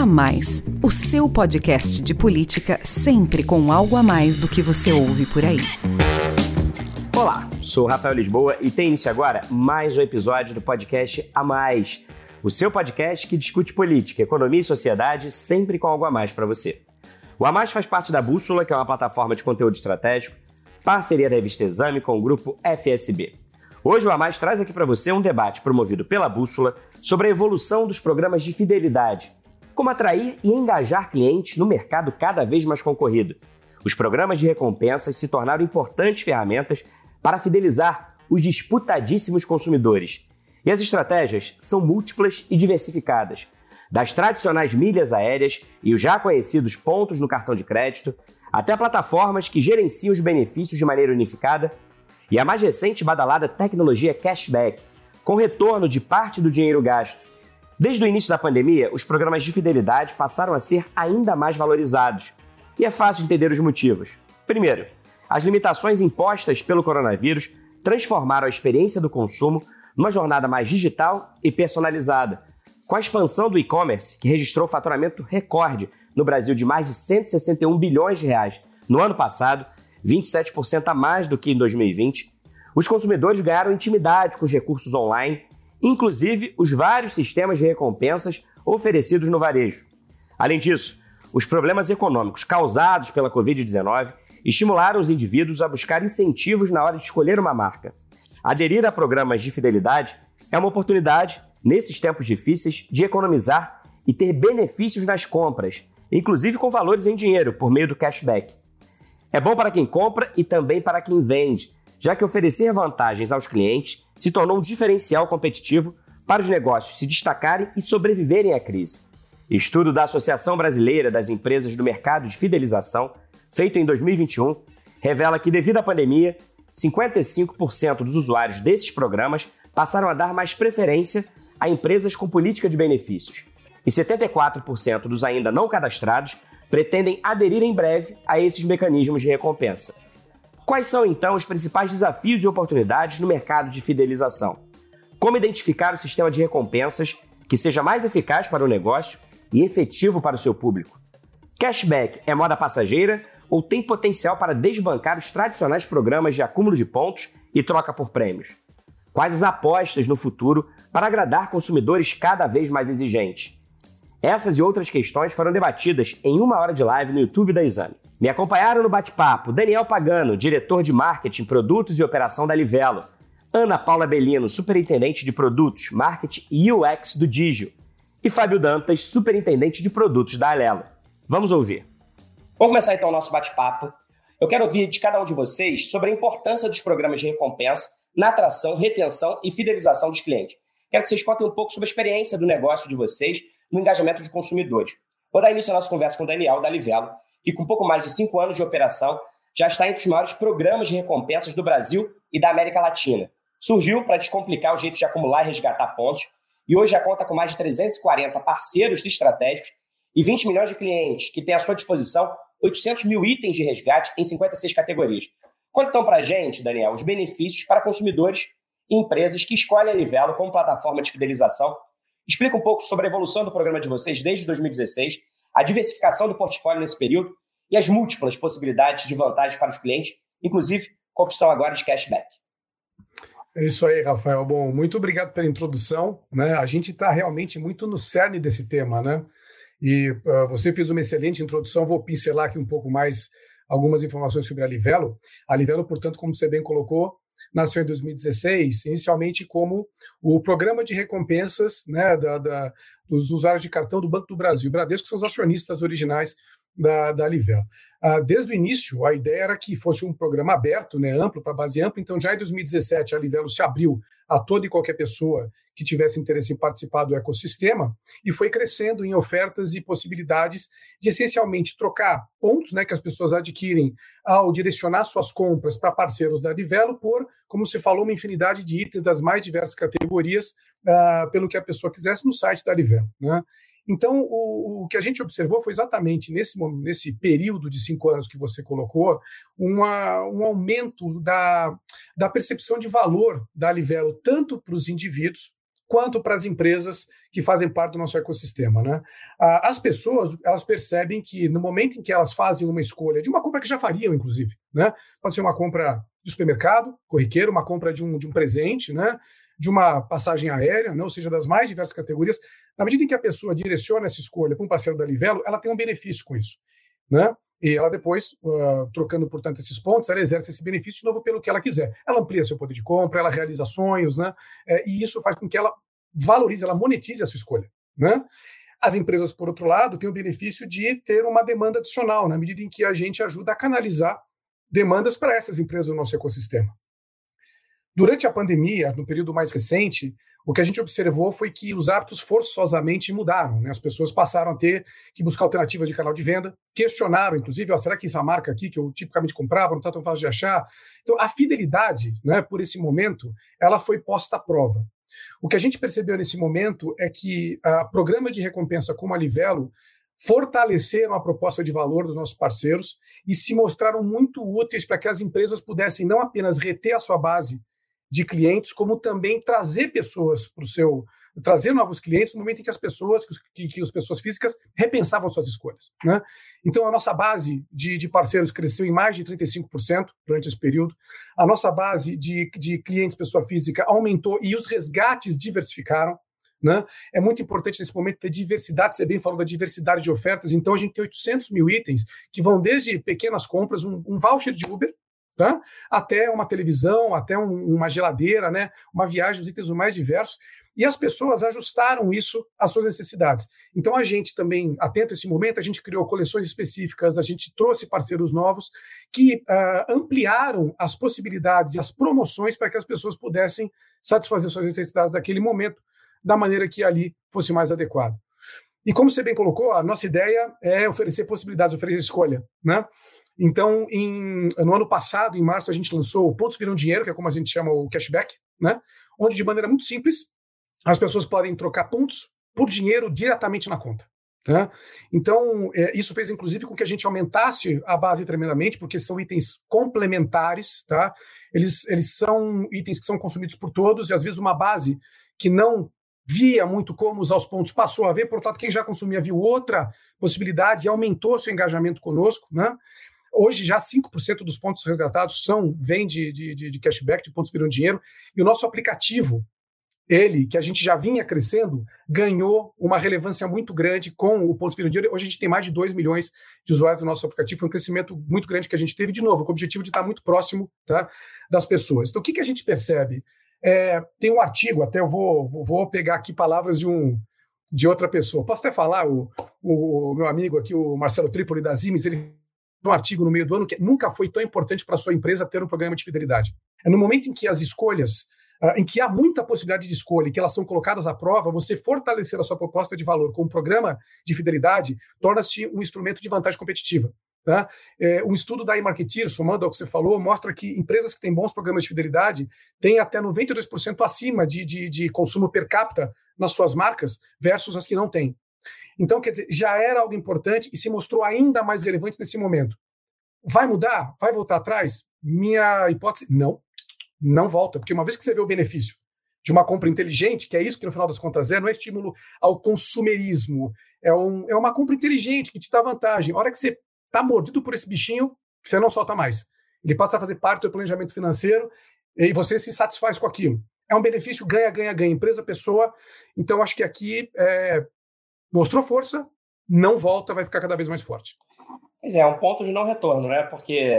Mais, o seu podcast de política sempre com algo a mais do que você ouve por aí. Olá, sou o Rafael Lisboa e tem início agora mais um episódio do podcast A Mais, o seu podcast que discute política, economia e sociedade sempre com algo a mais para você. O A Mais faz parte da Bússola, que é uma plataforma de conteúdo estratégico, parceria da revista Exame com o grupo FSB. Hoje o A Mais traz aqui para você um debate promovido pela Bússola sobre a evolução dos programas de fidelidade, como atrair e engajar clientes no mercado cada vez mais concorrido. Os programas de recompensas se tornaram importantes ferramentas para fidelizar os disputadíssimos consumidores. E as estratégias são múltiplas e diversificadas, das tradicionais milhas aéreas e os já conhecidos pontos no cartão de crédito, até plataformas que gerenciam os benefícios de maneira unificada, e a mais recente e badalada tecnologia cashback, com retorno de parte do dinheiro gasto. Desde o início da pandemia, os programas de fidelidade passaram a ser ainda mais valorizados. E é fácil entender os motivos. Primeiro, as limitações impostas pelo coronavírus transformaram a experiência do consumo numa jornada mais digital e personalizada. Com a expansão do e-commerce, que registrou faturamento recorde no Brasil de mais de 161 bilhões de reais no ano passado, 27% a mais do que em 2020, os consumidores ganharam intimidade com os recursos online, inclusive os vários sistemas de recompensas oferecidos no varejo. Além disso, os problemas econômicos causados pela Covid-19 estimularam os indivíduos a buscar incentivos na hora de escolher uma marca. Aderir a programas de fidelidade é uma oportunidade, nesses tempos difíceis, de economizar e ter benefícios nas compras, inclusive com valores em dinheiro, por meio do cashback. É bom para quem compra e também para quem vende, já que oferecer vantagens aos clientes se tornou um diferencial competitivo para os negócios se destacarem e sobreviverem à crise. Estudo da Associação Brasileira das Empresas do Mercado de Fidelização, feito em 2021, revela que, devido à pandemia, 55% dos usuários desses programas passaram a dar mais preferência a empresas com política de benefícios, e 74% dos ainda não cadastrados pretendem aderir em breve a esses mecanismos de recompensa. Quais são, então, os principais desafios e oportunidades no mercado de fidelização? Como identificar o sistema de recompensas que seja mais eficaz para o negócio e efetivo para o seu público? Cashback é moda passageira ou tem potencial para desbancar os tradicionais programas de acúmulo de pontos e troca por prêmios? Quais as apostas no futuro para agradar consumidores cada vez mais exigentes? Essas e outras questões foram debatidas em uma hora de live no YouTube da Exame. Me acompanharam no bate-papo Daniel Pagano, diretor de marketing, produtos e operação da Livelo, Ana Paula Bellino, superintendente de produtos, marketing e UX do Digio, e Fábio Dantas, superintendente de produtos da Alelo. Vamos ouvir. Vamos começar então o nosso bate-papo. Eu quero ouvir de cada um de vocês sobre a importância dos programas de recompensa na atração, retenção e fidelização dos clientes. Quero que vocês contem um pouco sobre a experiência do negócio de vocês no engajamento de consumidores. Vou dar início à nossa conversa com o Daniel, da Livelo, que com pouco mais de 5 anos de operação já está entre os maiores programas de recompensas do Brasil e da América Latina. Surgiu para descomplicar o jeito de acumular e resgatar pontos e hoje já conta com mais de 340 parceiros estratégicos e 20 milhões de clientes que têm à sua disposição 800 mil itens de resgate em 56 categorias. Conta então para a gente, Daniel, os benefícios para consumidores e empresas que escolhem a Livelo como plataforma de fidelização. Explica um pouco sobre a evolução do programa de vocês desde 2016, a diversificação do portfólio nesse período e as múltiplas possibilidades de vantagens para os clientes, inclusive com a opção agora de cashback. É isso aí, Rafael. Bom, muito obrigado pela introdução, né? A gente está realmente muito no cerne desse tema, né? E você fez uma excelente introdução, vou pincelar aqui um pouco mais algumas informações sobre a Livelo. A Livelo, portanto, como você bem colocou, nasceu em 2016, inicialmente como o programa de recompensas, né, dos usuários de cartão do Banco do Brasil. Bradesco são os acionistas originais da Livelo. Desde o início, a ideia era que fosse um programa aberto, né, amplo, para base ampla. Então, já em 2017, a Livelo se abriu a toda e qualquer pessoa que tivesse interesse em participar do ecossistema e foi crescendo em ofertas e possibilidades de, essencialmente, trocar pontos, né, que as pessoas adquirem ao direcionar suas compras para parceiros da Livelo por, como você falou, uma infinidade de itens das mais diversas categorias pelo que a pessoa quisesse no site da Livelo, né? Então, o que a gente observou foi exatamente nesse período de 5 anos que você colocou, um aumento da percepção de valor da Livelo, tanto para os indivíduos quanto para as empresas que fazem parte do nosso ecossistema, né? As pessoas, elas percebem que no momento em que elas fazem uma escolha, de uma compra que já fariam, inclusive, né? Pode ser uma compra de supermercado, corriqueiro, uma compra de um presente, né? De uma passagem aérea, né? Ou seja, das mais diversas categorias. Na medida em que a pessoa direciona essa escolha para um parceiro da Livelo, ela tem um benefício com isso, né? E ela depois, trocando, portanto, esses pontos, ela exerce esse benefício de novo pelo que ela quiser. Ela amplia seu poder de compra, ela realiza sonhos, né? E isso faz com que ela valorize, ela monetize a sua escolha, né? As empresas, por outro lado, têm o benefício de ter uma demanda adicional, na medida em que a gente ajuda a canalizar demandas para essas empresas do nosso ecossistema. Durante a pandemia, no período mais recente, o que a gente observou foi que os hábitos forçosamente mudaram, né? As pessoas passaram a ter que buscar alternativas de canal de venda, questionaram, inclusive, será que essa marca aqui que eu tipicamente comprava não está tão fácil de achar? Então, a fidelidade, né, por esse momento, ela foi posta à prova. O que a gente percebeu nesse momento é que programas de recompensa como a Livelo fortaleceram a proposta de valor dos nossos parceiros e se mostraram muito úteis para que as empresas pudessem não apenas reter a sua base de clientes, como também trazer pessoas para o seu, trazer novos clientes no momento em que as pessoas físicas repensavam suas escolhas, né? Então, a nossa base de parceiros cresceu em mais de 35% durante esse período, a nossa base de clientes pessoa física aumentou e os resgates diversificaram, né? É muito importante nesse momento ter diversidade, você bem falou da diversidade de ofertas, então a gente tem 800 mil itens que vão desde pequenas compras, um voucher de Uber, tá? Até uma televisão, até uma geladeira, né? Uma viagem, os itens mais diversos, e as pessoas ajustaram isso às suas necessidades. Então a gente também, atento a esse momento, a gente criou coleções específicas, a gente trouxe parceiros novos que ampliaram as possibilidades e as promoções para que as pessoas pudessem satisfazer suas necessidades daquele momento da maneira que ali fosse mais adequado. E como você bem colocou, a nossa ideia é oferecer possibilidades, oferecer escolha, né? Então, no ano passado, em março, a gente lançou o Pontos Viram Dinheiro, que é como a gente chama o cashback, né? Onde, de maneira muito simples, as pessoas podem trocar pontos por dinheiro diretamente na conta. Tá? Então, isso fez, inclusive, com que a gente aumentasse a base tremendamente, porque são itens complementares, tá? Eles são itens que são consumidos por todos, e às vezes uma base que não via muito como usar os pontos passou a ver, por outro lado, quem já consumia viu outra possibilidade e aumentou seu engajamento conosco, né? Hoje, já 5% dos pontos resgatados vêm de cashback, de pontos viram dinheiro, e o nosso aplicativo, ele, que a gente já vinha crescendo, ganhou uma relevância muito grande com o Pontos Viram Dinheiro. Hoje a gente tem mais de 2 milhões de usuários do nosso aplicativo, foi um crescimento muito grande que a gente teve, de novo, com o objetivo de estar muito próximo, tá, das pessoas. Então, o que a gente percebe? Tem um artigo, até eu vou pegar aqui palavras de outra pessoa. Posso até falar, o meu amigo aqui, o Marcelo Trípoli da Siemens, ele um artigo no meio do ano que nunca foi tão importante para a sua empresa ter um programa de fidelidade. É no momento em que as escolhas, em que há muita possibilidade de escolha e que elas são colocadas à prova, você fortalecer a sua proposta de valor com um programa de fidelidade torna-se um instrumento de vantagem competitiva. Tá? Um estudo da eMarketeer, somando ao que você falou, mostra que empresas que têm bons programas de fidelidade têm até 92% acima de consumo per capita nas suas marcas versus as que não têm. Então, quer dizer, já era algo importante e se mostrou ainda mais relevante nesse momento. Vai mudar? Vai voltar atrás? Minha hipótese, não volta, porque uma vez que você vê o benefício de uma compra inteligente, que é isso que no final das contas não é estímulo ao consumerismo, é uma compra inteligente que te dá vantagem. A hora que você está mordido por esse bichinho, você não solta mais. Ele passa a fazer parte do teu planejamento financeiro e você se satisfaz com aquilo. É um benefício ganha, empresa, pessoa. Então, acho que aqui mostrou força, não volta, vai ficar cada vez mais forte. Pois é um ponto de não retorno, né? Porque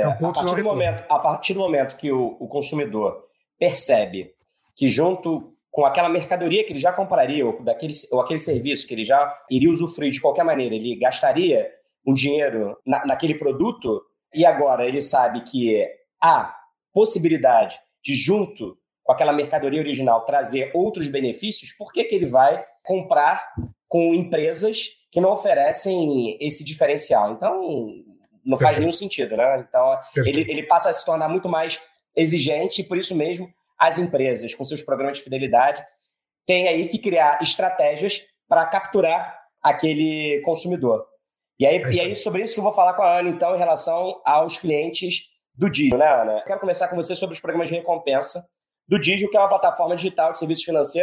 a partir do momento que o consumidor percebe que junto com aquela mercadoria que ele já compraria, ou aquele serviço que ele já iria usufruir de qualquer maneira, ele gastaria um dinheiro naquele produto, e agora ele sabe que há possibilidade de, junto com aquela mercadoria original, trazer outros benefícios, por que ele vai comprar com empresas que não oferecem esse diferencial? Então, não faz nenhum sentido, né? Então, ele passa a se tornar muito mais exigente e, por isso mesmo, as empresas, com seus programas de fidelidade, têm aí que criar estratégias para capturar aquele consumidor. E aí, sobre isso que eu vou falar com a Ana, então, em relação aos clientes do Digio, né, Ana? Eu quero conversar com você sobre os programas de recompensa do Digio, que é uma plataforma digital de serviços financeiros,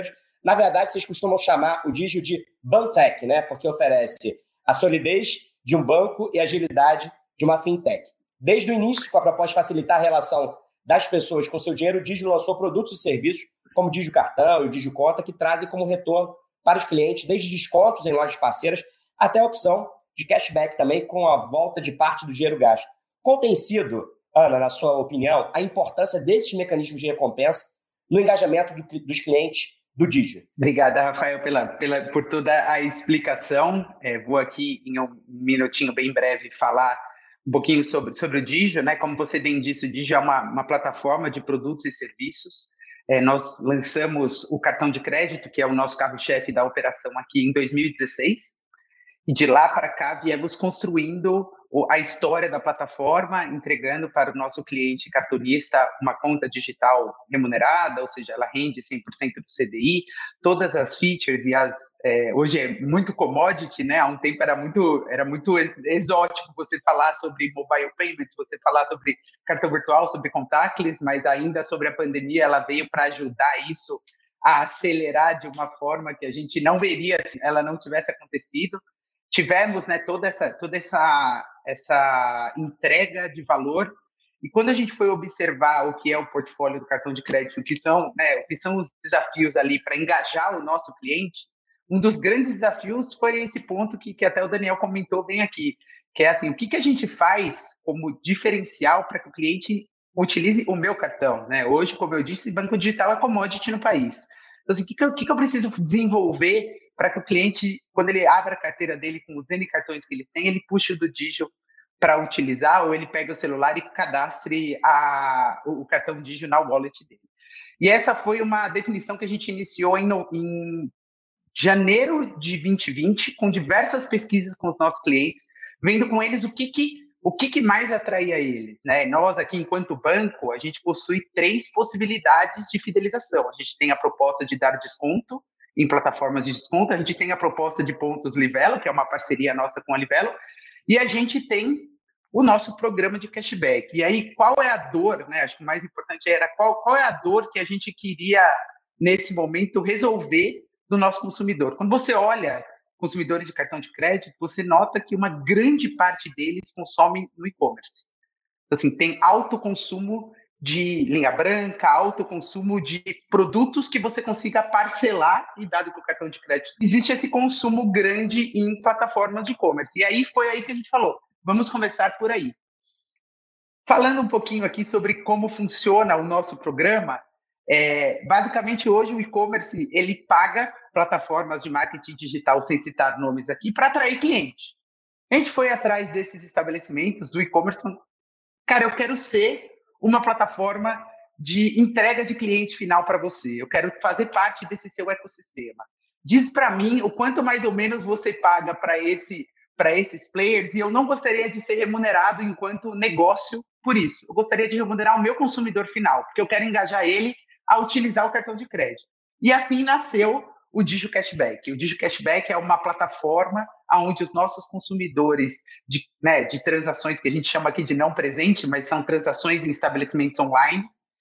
Na verdade, vocês costumam chamar o Digio de Bantech, né? Porque oferece a solidez de um banco e a agilidade de uma fintech. Desde o início, com a proposta de facilitar a relação das pessoas com seu dinheiro, o Digio lançou produtos e serviços como o Digio Cartão e o Digio Conta, que trazem como retorno para os clientes desde descontos em lojas parceiras até a opção de cashback também, com a volta de parte do dinheiro gasto. Qual tem sido, Ana, na sua opinião, a importância desses mecanismos de recompensa no engajamento dos clientes do Digio? Obrigada, Rafael, por toda a explicação. Vou aqui, em um minutinho bem breve, falar um pouquinho sobre o Digio, né? Como você bem disse, o Digio é uma plataforma de produtos e serviços. Nós lançamos o cartão de crédito, que é o nosso carro-chefe da operação aqui, em 2016. E de lá para cá viemos construindo a história da plataforma, entregando para o nosso cliente cartunista uma conta digital remunerada, ou seja, ela rende 100% do CDI, todas as features hoje é muito commodity, né? Há um tempo era muito exótico você falar sobre mobile payments, você falar sobre cartão virtual, sobre contactless, mas ainda sobre a pandemia ela veio para ajudar isso a acelerar de uma forma que a gente não veria se ela não tivesse acontecido. Tivemos, né, toda essa entrega de valor, e quando a gente foi observar o que é o portfólio do cartão de crédito, o que são os desafios ali para engajar o nosso cliente, um dos grandes desafios foi esse ponto que até o Daniel comentou bem aqui, que é assim, o que a gente faz como diferencial para que o cliente utilize o meu cartão, né? Hoje, como eu disse, banco digital é commodity no país. Então, assim, o que eu preciso desenvolver para que o cliente, quando ele abre a carteira dele com os N cartões que ele tem, ele puxe o do Digio para utilizar, ou ele pega o celular e cadastre o cartão Digio na wallet dele. E essa foi uma definição que a gente iniciou em janeiro de 2020, com diversas pesquisas com os nossos clientes, vendo com eles o que mais atraía eles, né? Nós aqui, enquanto banco, a gente possui 3 possibilidades de fidelização. A gente tem a proposta de dar desconto em plataformas de desconto, a gente tem a proposta de pontos Livelo, que é uma parceria nossa com a Livelo, e a gente tem o nosso programa de cashback. E aí, qual é a dor, né? Acho que o mais importante era qual é a dor que a gente queria, nesse momento, resolver do nosso consumidor. Quando você olha consumidores de cartão de crédito, você nota que uma grande parte deles consomem no e-commerce. Então, assim, tem alto consumo de linha branca, alto consumo de produtos que você consiga parcelar, e dado que o cartão de crédito existe esse consumo grande em plataformas de e-commerce. E aí foi aí que a gente falou, vamos começar por aí. Falando um pouquinho aqui sobre como funciona o nosso programa, basicamente hoje o e-commerce ele paga plataformas de marketing digital, sem citar nomes aqui, para atrair cliente. A gente foi atrás desses estabelecimentos do e-commerce, cara, eu quero ser uma plataforma de entrega de cliente final para você. Eu quero fazer parte desse seu ecossistema. Diz para mim o quanto mais ou menos você paga para esses players, e eu não gostaria de ser remunerado enquanto negócio por isso. Eu gostaria de remunerar o meu consumidor final, porque eu quero engajar ele a utilizar o cartão de crédito. E assim nasceu o Digio Cashback. O Digio Cashback é uma plataforma onde os nossos consumidores de transações, que a gente chama aqui de não presente, mas são transações em estabelecimentos online,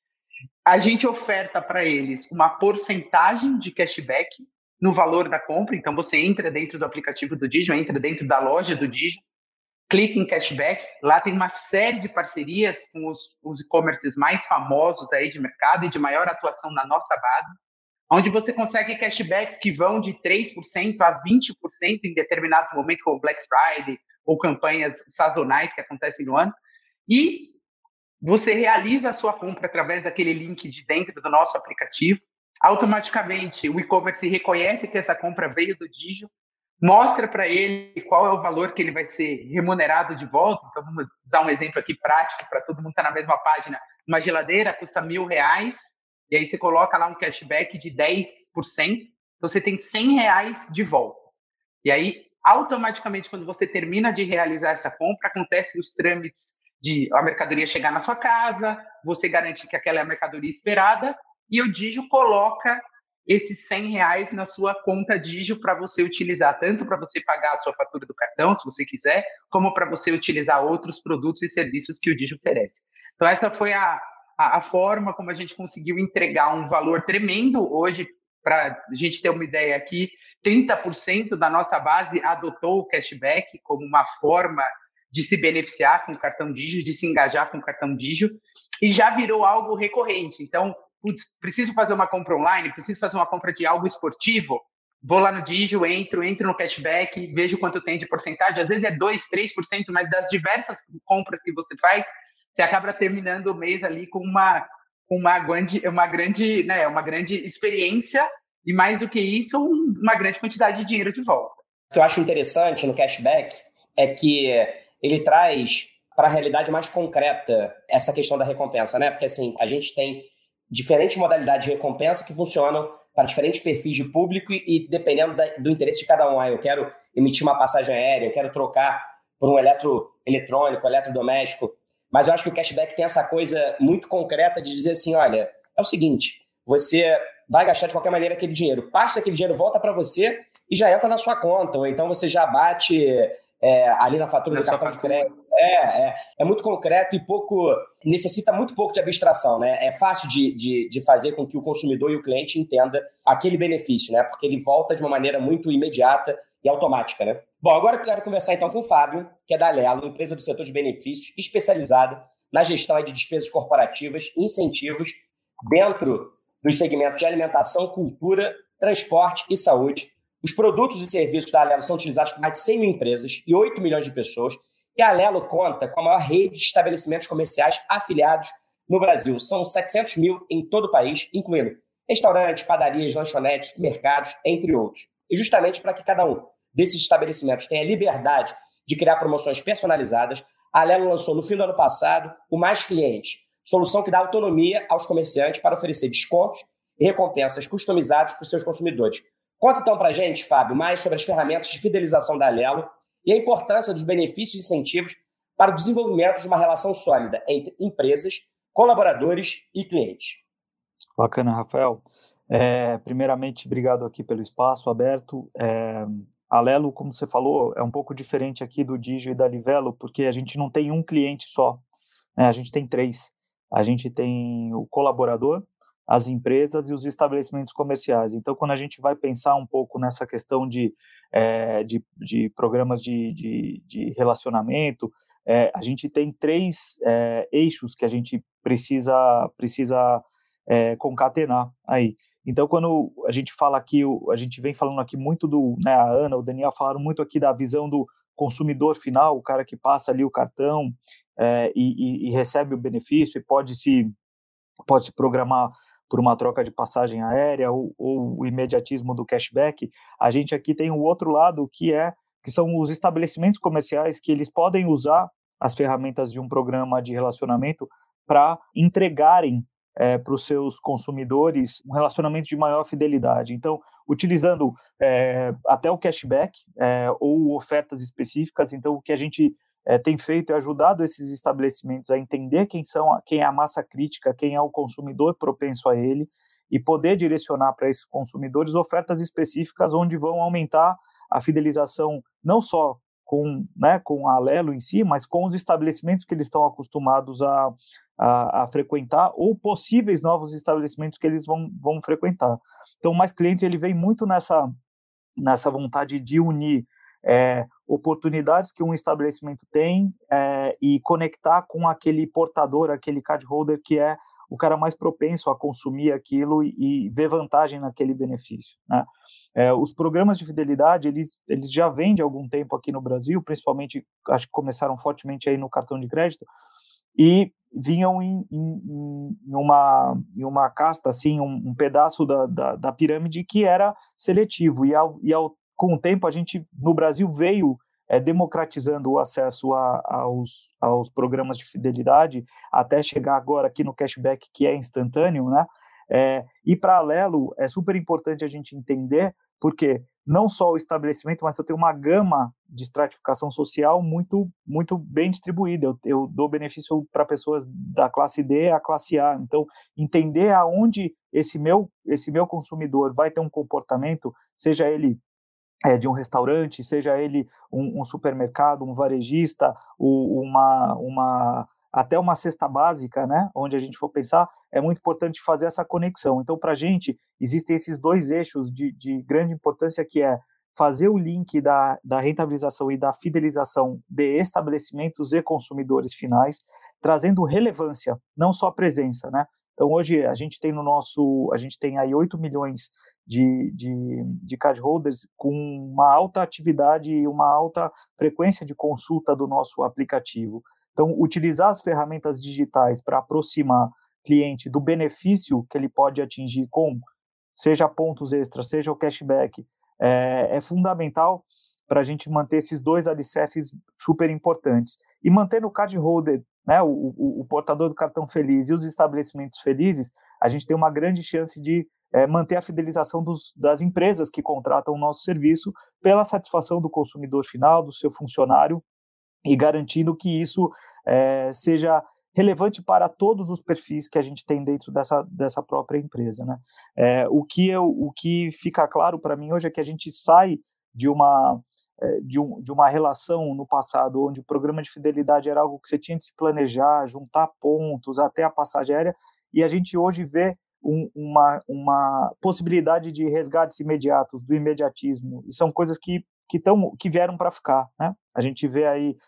a gente oferta para eles uma porcentagem de cashback no valor da compra. Então, você entra dentro do aplicativo do Digio, entra dentro da loja do Digio, clica em cashback, lá tem uma série de parcerias com os e-commerces mais famosos aí de mercado e de maior atuação na nossa base, onde você consegue cashbacks que vão de 3% a 20% em determinados momentos, como Black Friday ou campanhas sazonais que acontecem no ano, e você realiza a sua compra através daquele link de dentro do nosso aplicativo. Automaticamente, o e-commerce reconhece que essa compra veio do Digio, mostra para ele qual é o valor que ele vai ser remunerado de volta. Então, vamos usar um exemplo aqui prático para todo mundo estar na mesma página. Uma geladeira custa R$1.000, e aí você coloca lá um cashback de 10%, então você tem R$100 de volta. E aí, automaticamente, quando você termina de realizar essa compra, acontecem os trâmites de a mercadoria chegar na sua casa, você garante que aquela é a mercadoria esperada, e o Digio coloca esses R$100 na sua conta Digio para você utilizar, tanto para você pagar a sua fatura do cartão, se você quiser, como para você utilizar outros produtos e serviços que o Digio oferece. Então, essa foi a forma como a gente conseguiu entregar um valor tremendo hoje para a gente ter uma ideia aqui, 30% da nossa base adotou o cashback como uma forma de se beneficiar com o cartão Digio, de se engajar com o cartão Digio, e já virou algo recorrente. Então, preciso fazer uma compra online, preciso fazer uma compra de algo esportivo, vou lá no Digio, entro no cashback, vejo quanto tem de porcentagem, às vezes é 2%, 3%, mas das diversas compras que você faz, você acaba terminando o mês ali com uma grande experiência e, mais do que isso, uma grande quantidade de dinheiro de volta. O que eu acho interessante no cashback é que ele traz para a realidade mais concreta essa questão da recompensa, né? Porque assim, a gente tem diferentes modalidades de recompensa que funcionam para diferentes perfis de público e dependendo do interesse de cada um. Eu quero emitir uma passagem aérea, eu quero trocar por um eletrônico, eletrodoméstico. Mas eu acho que o cashback tem essa coisa muito concreta de dizer assim, olha, é o seguinte, você vai gastar de qualquer maneira aquele dinheiro, parte daquele dinheiro volta para você e já entra na sua conta, ou então você já bate ali na fatura do cartão de crédito. É muito concreto e necessita muito pouco de abstração, né? É fácil de fazer com que o consumidor e o cliente entenda aquele benefício, né? Porque ele volta de uma maneira muito imediata e automática, né? Bom, agora eu quero conversar então com o Fábio, que é da Alelo, empresa do setor de benefícios, especializada na gestão de despesas corporativas e incentivos dentro dos segmentos de alimentação, cultura, transporte e saúde. Os produtos e serviços da Alelo são utilizados por mais de 100 mil empresas e 8 milhões de pessoas. E a Alelo conta com a maior rede de estabelecimentos comerciais afiliados no Brasil. São 700 mil em todo o país, incluindo restaurantes, padarias, lanchonetes, mercados, entre outros. E justamente para que cada um desses estabelecimentos tenha liberdade de criar promoções personalizadas, a Alelo lançou no fim do ano passado o Mais Clientes, solução que dá autonomia aos comerciantes para oferecer descontos e recompensas customizadas para os seus consumidores. Conta então para a gente, Fábio, mais sobre as ferramentas de fidelização da Alelo e a importância dos benefícios e incentivos para o desenvolvimento de uma relação sólida entre empresas, colaboradores e clientes. Bacana, Rafael. Primeiramente, obrigado aqui pelo espaço aberto. A Alelo, como você falou, é um pouco diferente aqui do Digio e da Livelo, porque a gente não tem um cliente só, né? A gente tem 3. A gente tem o colaborador, as empresas e os estabelecimentos comerciais. Então, quando a gente vai pensar um pouco nessa questão de programas de relacionamento, a gente tem 3 eixos que a gente precisa concatenar aí. Então, quando a gente fala aqui, a gente vem falando aqui muito a Ana, o Daniel falaram muito aqui da visão do consumidor final, o cara que passa ali o cartão e recebe o benefício e pode se programar por uma troca de passagem aérea ou o imediatismo do cashback. A gente aqui tem o outro lado que são os estabelecimentos comerciais que eles podem usar as ferramentas de um programa de relacionamento para entregarem para os seus consumidores um relacionamento de maior fidelidade. Então, utilizando até o cashback ou ofertas específicas. Então, o que a gente tem feito é ajudado esses estabelecimentos a entender quem é a massa crítica, quem é o consumidor propenso a ele, e poder direcionar para esses consumidores ofertas específicas onde vão aumentar a fidelização não só com a Alelo em si, mas com os estabelecimentos que eles estão acostumados a frequentar ou possíveis novos estabelecimentos que eles vão frequentar. Então, o Mais Clientes ele vem muito nessa vontade de unir oportunidades que um estabelecimento tem e conectar com aquele portador, aquele cardholder que é o cara mais propenso a consumir aquilo e ver vantagem naquele benefício, né? Os programas de fidelidade, eles já vêm de algum tempo aqui no Brasil, principalmente, acho que começaram fortemente aí no cartão de crédito, e vinham em uma casta, assim, um pedaço da pirâmide que era seletivo, com o tempo a gente, no Brasil, veio democratizando o acesso aos programas de fidelidade, até chegar agora aqui no cashback, que é instantâneo, né? E para a Alelo é super importante a gente entender, porque não só o estabelecimento, mas eu tenho uma gama de estratificação social muito, muito bem distribuída. Eu dou benefício para pessoas da classe D à classe A. Então, entender aonde esse meu consumidor vai ter um comportamento, seja ele de um restaurante, seja ele um supermercado, um varejista, até uma cesta básica, né, onde a gente for pensar, é muito importante fazer essa conexão. Então, para a gente, existem esses dois eixos de grande importância, que é fazer o link da rentabilização e da fidelização de estabelecimentos e consumidores finais, trazendo relevância, não só presença, né? Então, hoje, a gente tem aí 8 milhões de cardholders com uma alta atividade e uma alta frequência de consulta do nosso aplicativo. Então, utilizar as ferramentas digitais para aproximar cliente do benefício que ele pode atingir com, seja pontos extras, seja o cashback, é fundamental para a gente manter esses dois alicerces super importantes. E mantendo o cardholder, né, o portador do cartão feliz e os estabelecimentos felizes, a gente tem uma grande chance de manter a fidelização das empresas que contratam o nosso serviço pela satisfação do consumidor final, do seu funcionário, e garantindo que isso seja relevante para todos os perfis que a gente tem dentro dessa própria empresa, né? O que fica claro para mim hoje é que a gente sai de uma relação no passado onde o programa de fidelidade era algo que você tinha de se planejar, juntar pontos até a passagem aérea, e a gente hoje vê uma possibilidade de resgates imediatos, do imediatismo, e são coisas que vieram para ficar, né? A gente vê aí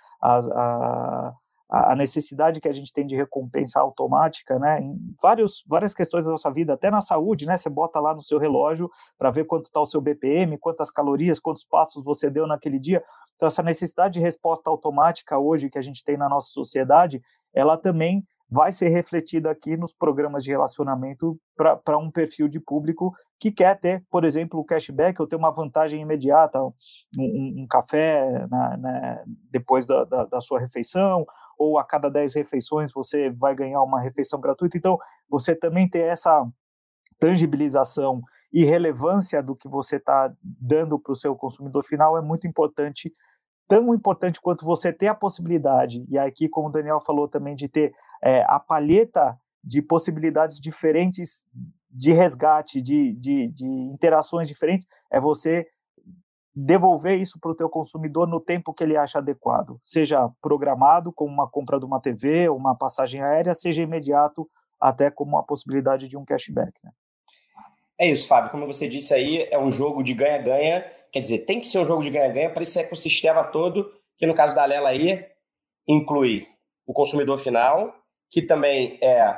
a necessidade que a gente tem de recompensa automática, né, em várias questões da nossa vida, até na saúde, né, você bota lá no seu relógio para ver quanto está o seu BPM, quantas calorias, quantos passos você deu naquele dia. Então, essa necessidade de resposta automática hoje que a gente tem na nossa sociedade, ela também vai ser refletida aqui nos programas de relacionamento para um perfil de público que quer ter, por exemplo, o cashback ou ter uma vantagem imediata, um café depois da sua refeição, ou a cada 10 refeições você vai ganhar uma refeição gratuita. Então, você também ter essa tangibilização e relevância do que você está dando para o seu consumidor final é muito importante, tão importante quanto você ter a possibilidade, e aqui, como o Daniel falou também, de ter a palheta de possibilidades diferentes de resgate, de interações diferentes, é você devolver isso para o teu consumidor no tempo que ele acha adequado, seja programado como uma compra de uma TV, uma passagem aérea, seja imediato, até como a possibilidade de um cashback, né? É isso, Fábio. Como você disse aí, é um jogo de ganha-ganha. Quer dizer, tem que ser um jogo de ganha-ganha para esse ecossistema todo, que no caso da Alelo aí, inclui o consumidor final, que também é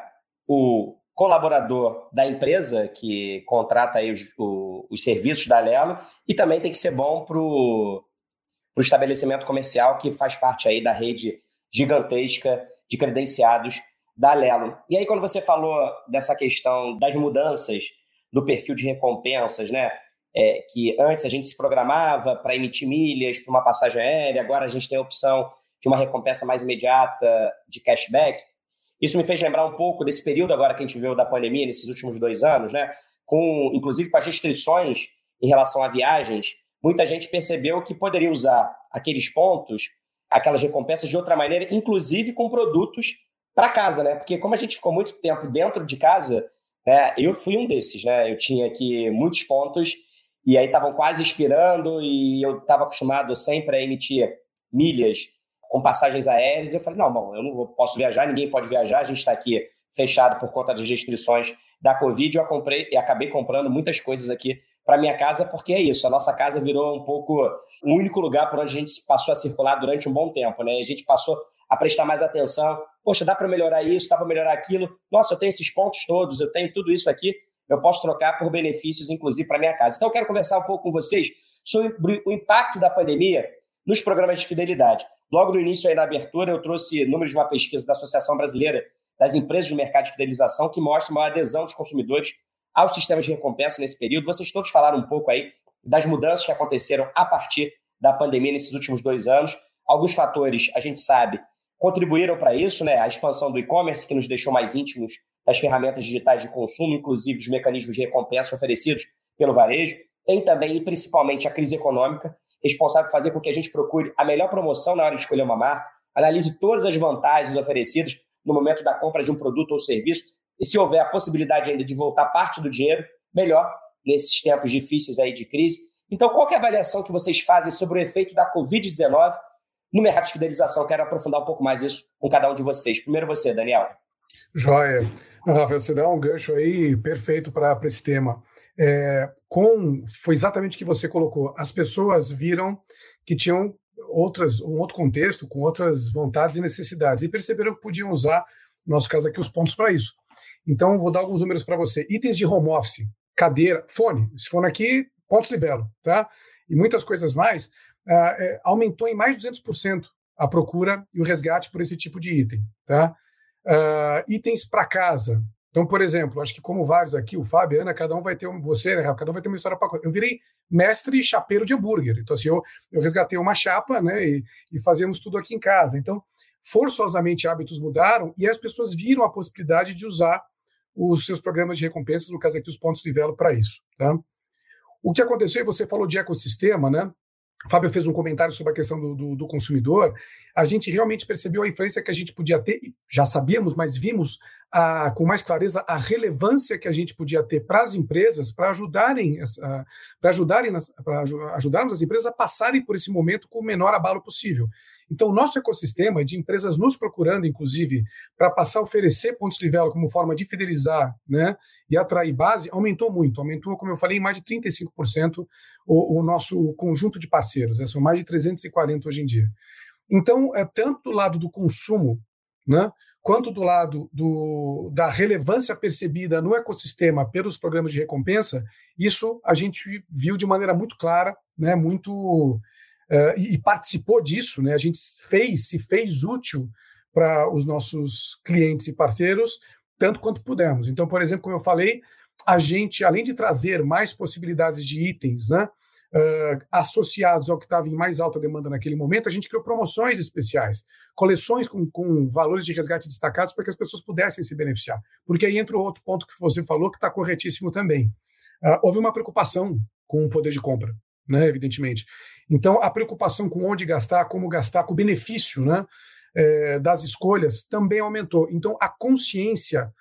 o colaborador da empresa que contrata aí os serviços da Alelo, e também tem que ser bom para o estabelecimento comercial que faz parte aí da rede gigantesca de credenciados da Alelo. E aí, quando você falou dessa questão das mudanças do perfil de recompensas, né? Que antes a gente se programava para emitir milhas para uma passagem aérea, agora a gente tem a opção de uma recompensa mais imediata de cashback. Isso me fez lembrar um pouco desse período agora que a gente viveu da pandemia, nesses últimos 2 anos, né? Inclusive com as restrições em relação a viagens, muita gente percebeu que poderia usar aqueles pontos, aquelas recompensas de outra maneira, inclusive com produtos para casa, né? Porque como a gente ficou muito tempo dentro de casa, eu fui um desses, né? Eu tinha aqui muitos pontos e aí estavam quase expirando e eu estava acostumado sempre a emitir milhas com passagens aéreas. Eu falei, não, eu não posso viajar, ninguém pode viajar, a gente está aqui fechado por conta das restrições da Covid. Eu acabei comprando muitas coisas aqui para minha casa, porque é isso, a nossa casa virou um pouco o único lugar por onde a gente passou a circular durante um bom tempo, né? A gente passou a prestar mais atenção. Poxa, dá para melhorar isso, dá para melhorar aquilo. Nossa, eu tenho esses pontos todos, eu tenho tudo isso aqui, eu posso trocar por benefícios, inclusive, para minha casa. Então, eu quero conversar um pouco com vocês sobre o impacto da pandemia nos programas de fidelidade. Logo no início, aí na abertura, eu trouxe números de uma pesquisa da Associação Brasileira das Empresas do Mercado de Fidelização, que mostra uma adesão dos consumidores aos sistemas de recompensa nesse período. Vocês todos falaram um pouco aí das mudanças que aconteceram a partir da pandemia nesses últimos 2 anos. Alguns fatores, a gente sabe, contribuíram para isso, né? A expansão do e-commerce, que nos deixou mais íntimos das ferramentas digitais de consumo, inclusive dos mecanismos de recompensa oferecidos pelo varejo. Tem também, e principalmente, a crise econômica, responsável por fazer com que a gente procure a melhor promoção na hora de escolher uma marca, analise todas as vantagens oferecidas no momento da compra de um produto ou serviço, e se houver a possibilidade ainda de voltar parte do dinheiro, melhor, nesses tempos difíceis aí de crise. Então, qual que é a avaliação que vocês fazem sobre o efeito da Covid-19 no mercado de fidelização. Quero aprofundar um pouco mais isso com cada um de vocês. Primeiro você, Daniel. Joia. Rafael, você dá um gancho aí perfeito para esse tema. Foi exatamente o que você colocou. As pessoas viram que tinham um outro contexto, com outras vontades e necessidades, e perceberam que podiam usar, no nosso caso aqui, os pontos para isso. Então, vou dar alguns números para você. Itens de home office, cadeira, fone. Esse fone aqui, pontos Livelo, tá? E muitas coisas mais. Aumentou em mais de 200% a procura e o resgate por esse tipo de item, tá? Itens para casa. Então, por exemplo, acho que como vários aqui, o Fábio, a Ana, cada um vai ter você, né, cada um vai ter uma história para contar. Eu virei mestre chapeiro de hambúrguer. Então, assim, eu resgatei uma chapa, né, e fazíamos tudo aqui em casa. Então, forçosamente, hábitos mudaram e as pessoas viram a possibilidade de usar os seus programas de recompensas, no caso aqui, os pontos Livelo, para isso, tá? O que aconteceu, e você falou de ecossistema, né? O Fábio fez um comentário sobre a questão do consumidor. A gente realmente percebeu a influência que a gente podia ter, já sabíamos, mas vimos com mais clareza a relevância que a gente podia ter para as empresas, para ajudarmos as empresas a passarem por esse momento com o menor abalo possível. Então, o nosso ecossistema de empresas nos procurando, inclusive, para passar a oferecer pontos Livelo como forma de fidelizar, né, e atrair base, aumentou muito. Aumentou, como eu falei, em mais de 35% o nosso conjunto de parceiros. São mais de 340 hoje em dia. Então, tanto do lado do consumo, né, quanto do lado da relevância percebida no ecossistema pelos programas de recompensa, isso a gente viu de maneira muito clara, né, e participou disso, né? A gente se fez útil para os nossos clientes e parceiros, tanto quanto pudemos. Então, por exemplo, como eu falei, a gente, além de trazer mais possibilidades de itens, né, associados ao que estava em mais alta demanda naquele momento, a gente criou promoções especiais, coleções com valores de resgate destacados para que as pessoas pudessem se beneficiar. Porque aí entra o outro ponto que você falou, que está corretíssimo também. Houve uma preocupação com o poder de compra, né, evidentemente. Então, a preocupação com onde gastar, como gastar, com o benefício, né, das escolhas também aumentou. Então, a consciência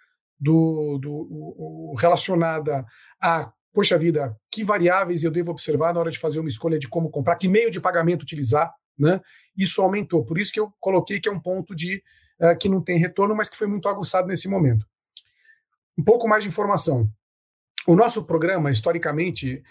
relacionada a, poxa vida, que variáveis eu devo observar na hora de fazer uma escolha de como comprar, que meio de pagamento utilizar, né, isso aumentou. Por isso que eu coloquei que é um ponto que não tem retorno, mas que foi muito aguçado nesse momento. Um pouco mais de informação. O nosso programa, historicamente,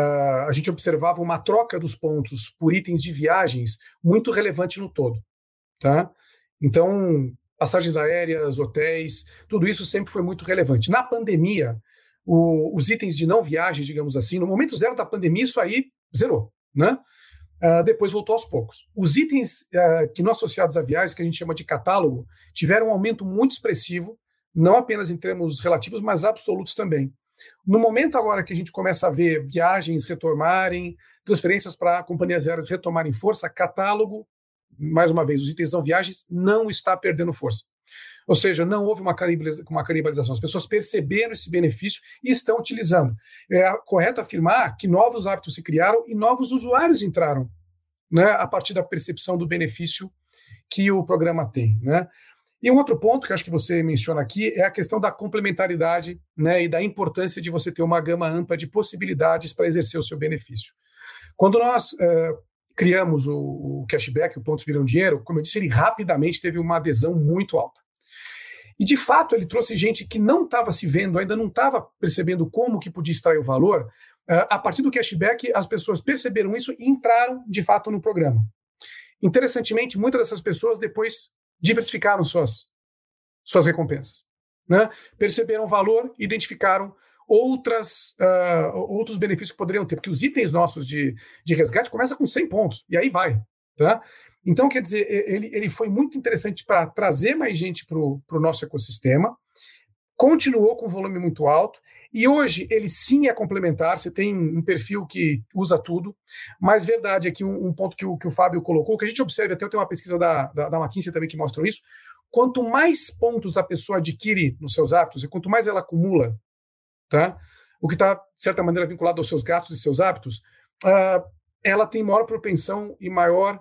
a gente observava uma troca dos pontos por itens de viagens muito relevante no todo, tá? Então, passagens aéreas, hotéis, tudo isso sempre foi muito relevante. Na pandemia, os itens de não viagem, digamos assim, no momento zero da pandemia, isso aí zerou, né? Depois voltou aos poucos. Os itens que não associados a viagens, que a gente chama de catálogo, tiveram um aumento muito expressivo, não apenas em termos relativos, mas absolutos também. No momento agora que a gente começa a ver viagens retomarem, transferências para companhias aéreas retomarem força, catálogo, mais uma vez, os itens não viagens, não está perdendo força. Ou seja, não houve uma canibalização. As pessoas perceberam esse benefício e estão utilizando. É correto afirmar que novos hábitos se criaram e novos usuários entraram, né, a partir da percepção do benefício que o programa tem, né? E um outro ponto que acho que você menciona aqui é a questão da complementaridade, né, e da importância de você ter uma gama ampla de possibilidades para exercer o seu benefício. Quando nós criamos o cashback, o Pontos Viram Dinheiro, como eu disse, ele rapidamente teve uma adesão muito alta. E, de fato, ele trouxe gente que não estava se vendo, ainda não estava percebendo como que podia extrair o valor. A partir do cashback, as pessoas perceberam isso e entraram, de fato, no programa. Interessantemente, muitas dessas pessoas depois diversificaram suas recompensas, né? Perceberam o valor, identificaram outros benefícios que poderiam ter, porque os itens nossos de resgate começam com 100 pontos, e aí vai, tá? Então, quer dizer, ele foi muito interessante para trazer mais gente para o nosso ecossistema, continuou com um volume muito alto, e hoje ele sim é complementar, você tem um perfil que usa tudo, mas verdade aqui um ponto que o Fábio colocou, que a gente observa, até eu tenho uma pesquisa da McKinsey também que mostra isso, quanto mais pontos a pessoa adquire nos seus hábitos, e quanto mais ela acumula, tá? O que está, de certa maneira, vinculado aos seus gastos e seus hábitos, ela tem maior propensão e maior...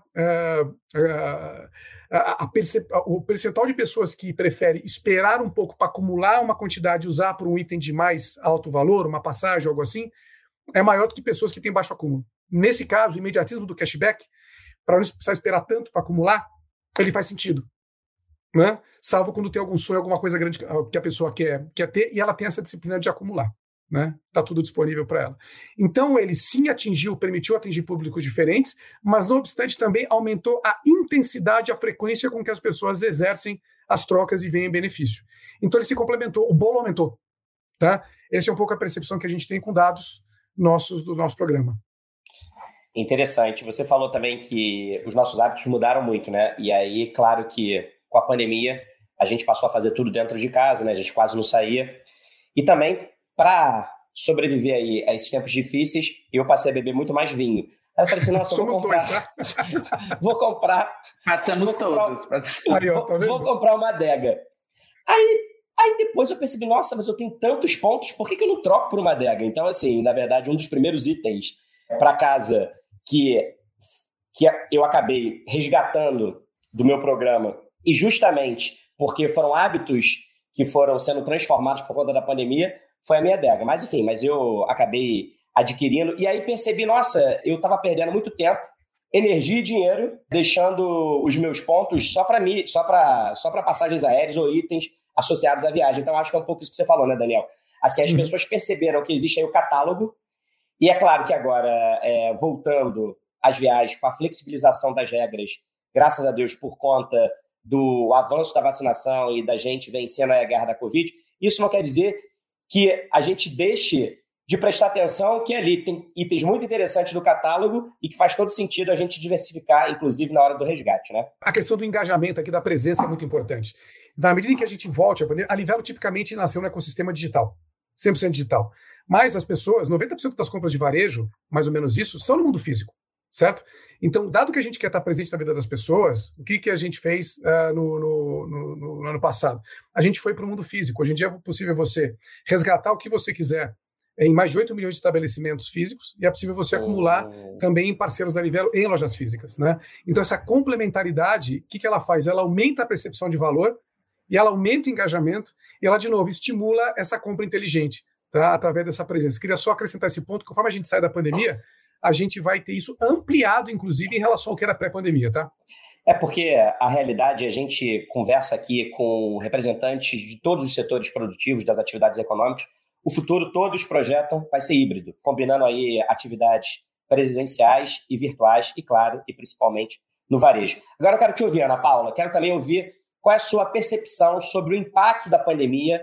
o percentual de pessoas que prefere esperar um pouco para acumular uma quantidade e usar por um item de mais alto valor, uma passagem, algo assim, é maior do que pessoas que têm baixo acúmulo. Nesse caso, o imediatismo do cashback para não precisar esperar tanto para acumular, ele faz sentido. Né? Salvo quando tem algum sonho, alguma coisa grande que a pessoa quer ter e ela tem essa disciplina de acumular. Né? Tá tudo disponível para ela. Então ele sim permitiu atingir públicos diferentes, mas não obstante também aumentou a intensidade, a frequência com que as pessoas exercem as trocas e veem benefício. Então ele se complementou, o bolo aumentou. Tá? Essa é um pouco a percepção que a gente tem com dados do nosso programa. Interessante. Você falou também que os nossos hábitos mudaram muito, né? E aí, claro que com a pandemia a gente passou a fazer tudo dentro de casa, né? A gente quase não saía. E também, para sobreviver aí a esses tempos difíceis, eu passei a beber muito mais vinho. Aí eu falei assim, nossa, eu vou comprar... Dois, tá? Vou comprar... Passamos todos. Aí, ó, tá vendo? Vou comprar uma adega. Aí depois eu percebi, nossa, mas eu tenho tantos pontos, por que eu não troco por uma adega? Então, assim, na verdade, um dos primeiros itens para casa que eu acabei resgatando do meu programa, e justamente porque foram hábitos que foram sendo transformados por conta da pandemia, foi a minha adega. Mas eu acabei adquirindo, e aí percebi, nossa, eu estava perdendo muito tempo, energia e dinheiro, deixando os meus pontos só para passagens aéreas ou itens associados à viagem. Então, acho que é um pouco isso que você falou, né, Daniel? Assim, as pessoas perceberam que existe aí o catálogo, e é claro que agora, voltando às viagens, com a flexibilização das regras, graças a Deus, por conta do avanço da vacinação e da gente vencendo a guerra da Covid, isso não quer dizer que a gente deixe de prestar atenção que ali tem itens muito interessantes do catálogo e que faz todo sentido a gente diversificar, inclusive na hora do resgate, né? A questão do engajamento aqui, da presença, é muito importante. Na medida em que a gente volte a pandemia, a Livelo tipicamente nasceu no ecossistema digital, 100% digital. Mas as pessoas, 90% das compras de varejo, mais ou menos isso, são no mundo físico, certo? Então, dado que a gente quer estar presente na vida das pessoas, o que a gente fez no ano passado? A gente foi para o mundo físico. Hoje em dia é possível você resgatar o que você quiser em mais de 8 milhões de estabelecimentos físicos, e é possível você acumular também em parceiros da Livelo em lojas físicas, né? Então, essa complementaridade, o que ela faz? Ela aumenta a percepção de valor, e ela aumenta o engajamento, e ela, de novo, estimula essa compra inteligente, tá? Através dessa presença. Queria só acrescentar esse ponto, que conforme a gente sai da pandemia, a gente vai ter isso ampliado, inclusive, em relação ao que era pré-pandemia, tá? É porque a realidade, a gente conversa aqui com representantes de todos os setores produtivos, das atividades econômicas. O futuro todos projetam vai ser híbrido, combinando aí atividades presenciais e virtuais, e claro, e principalmente no varejo. Agora eu quero te ouvir, Ana Paula, quero também ouvir qual é a sua percepção sobre o impacto da pandemia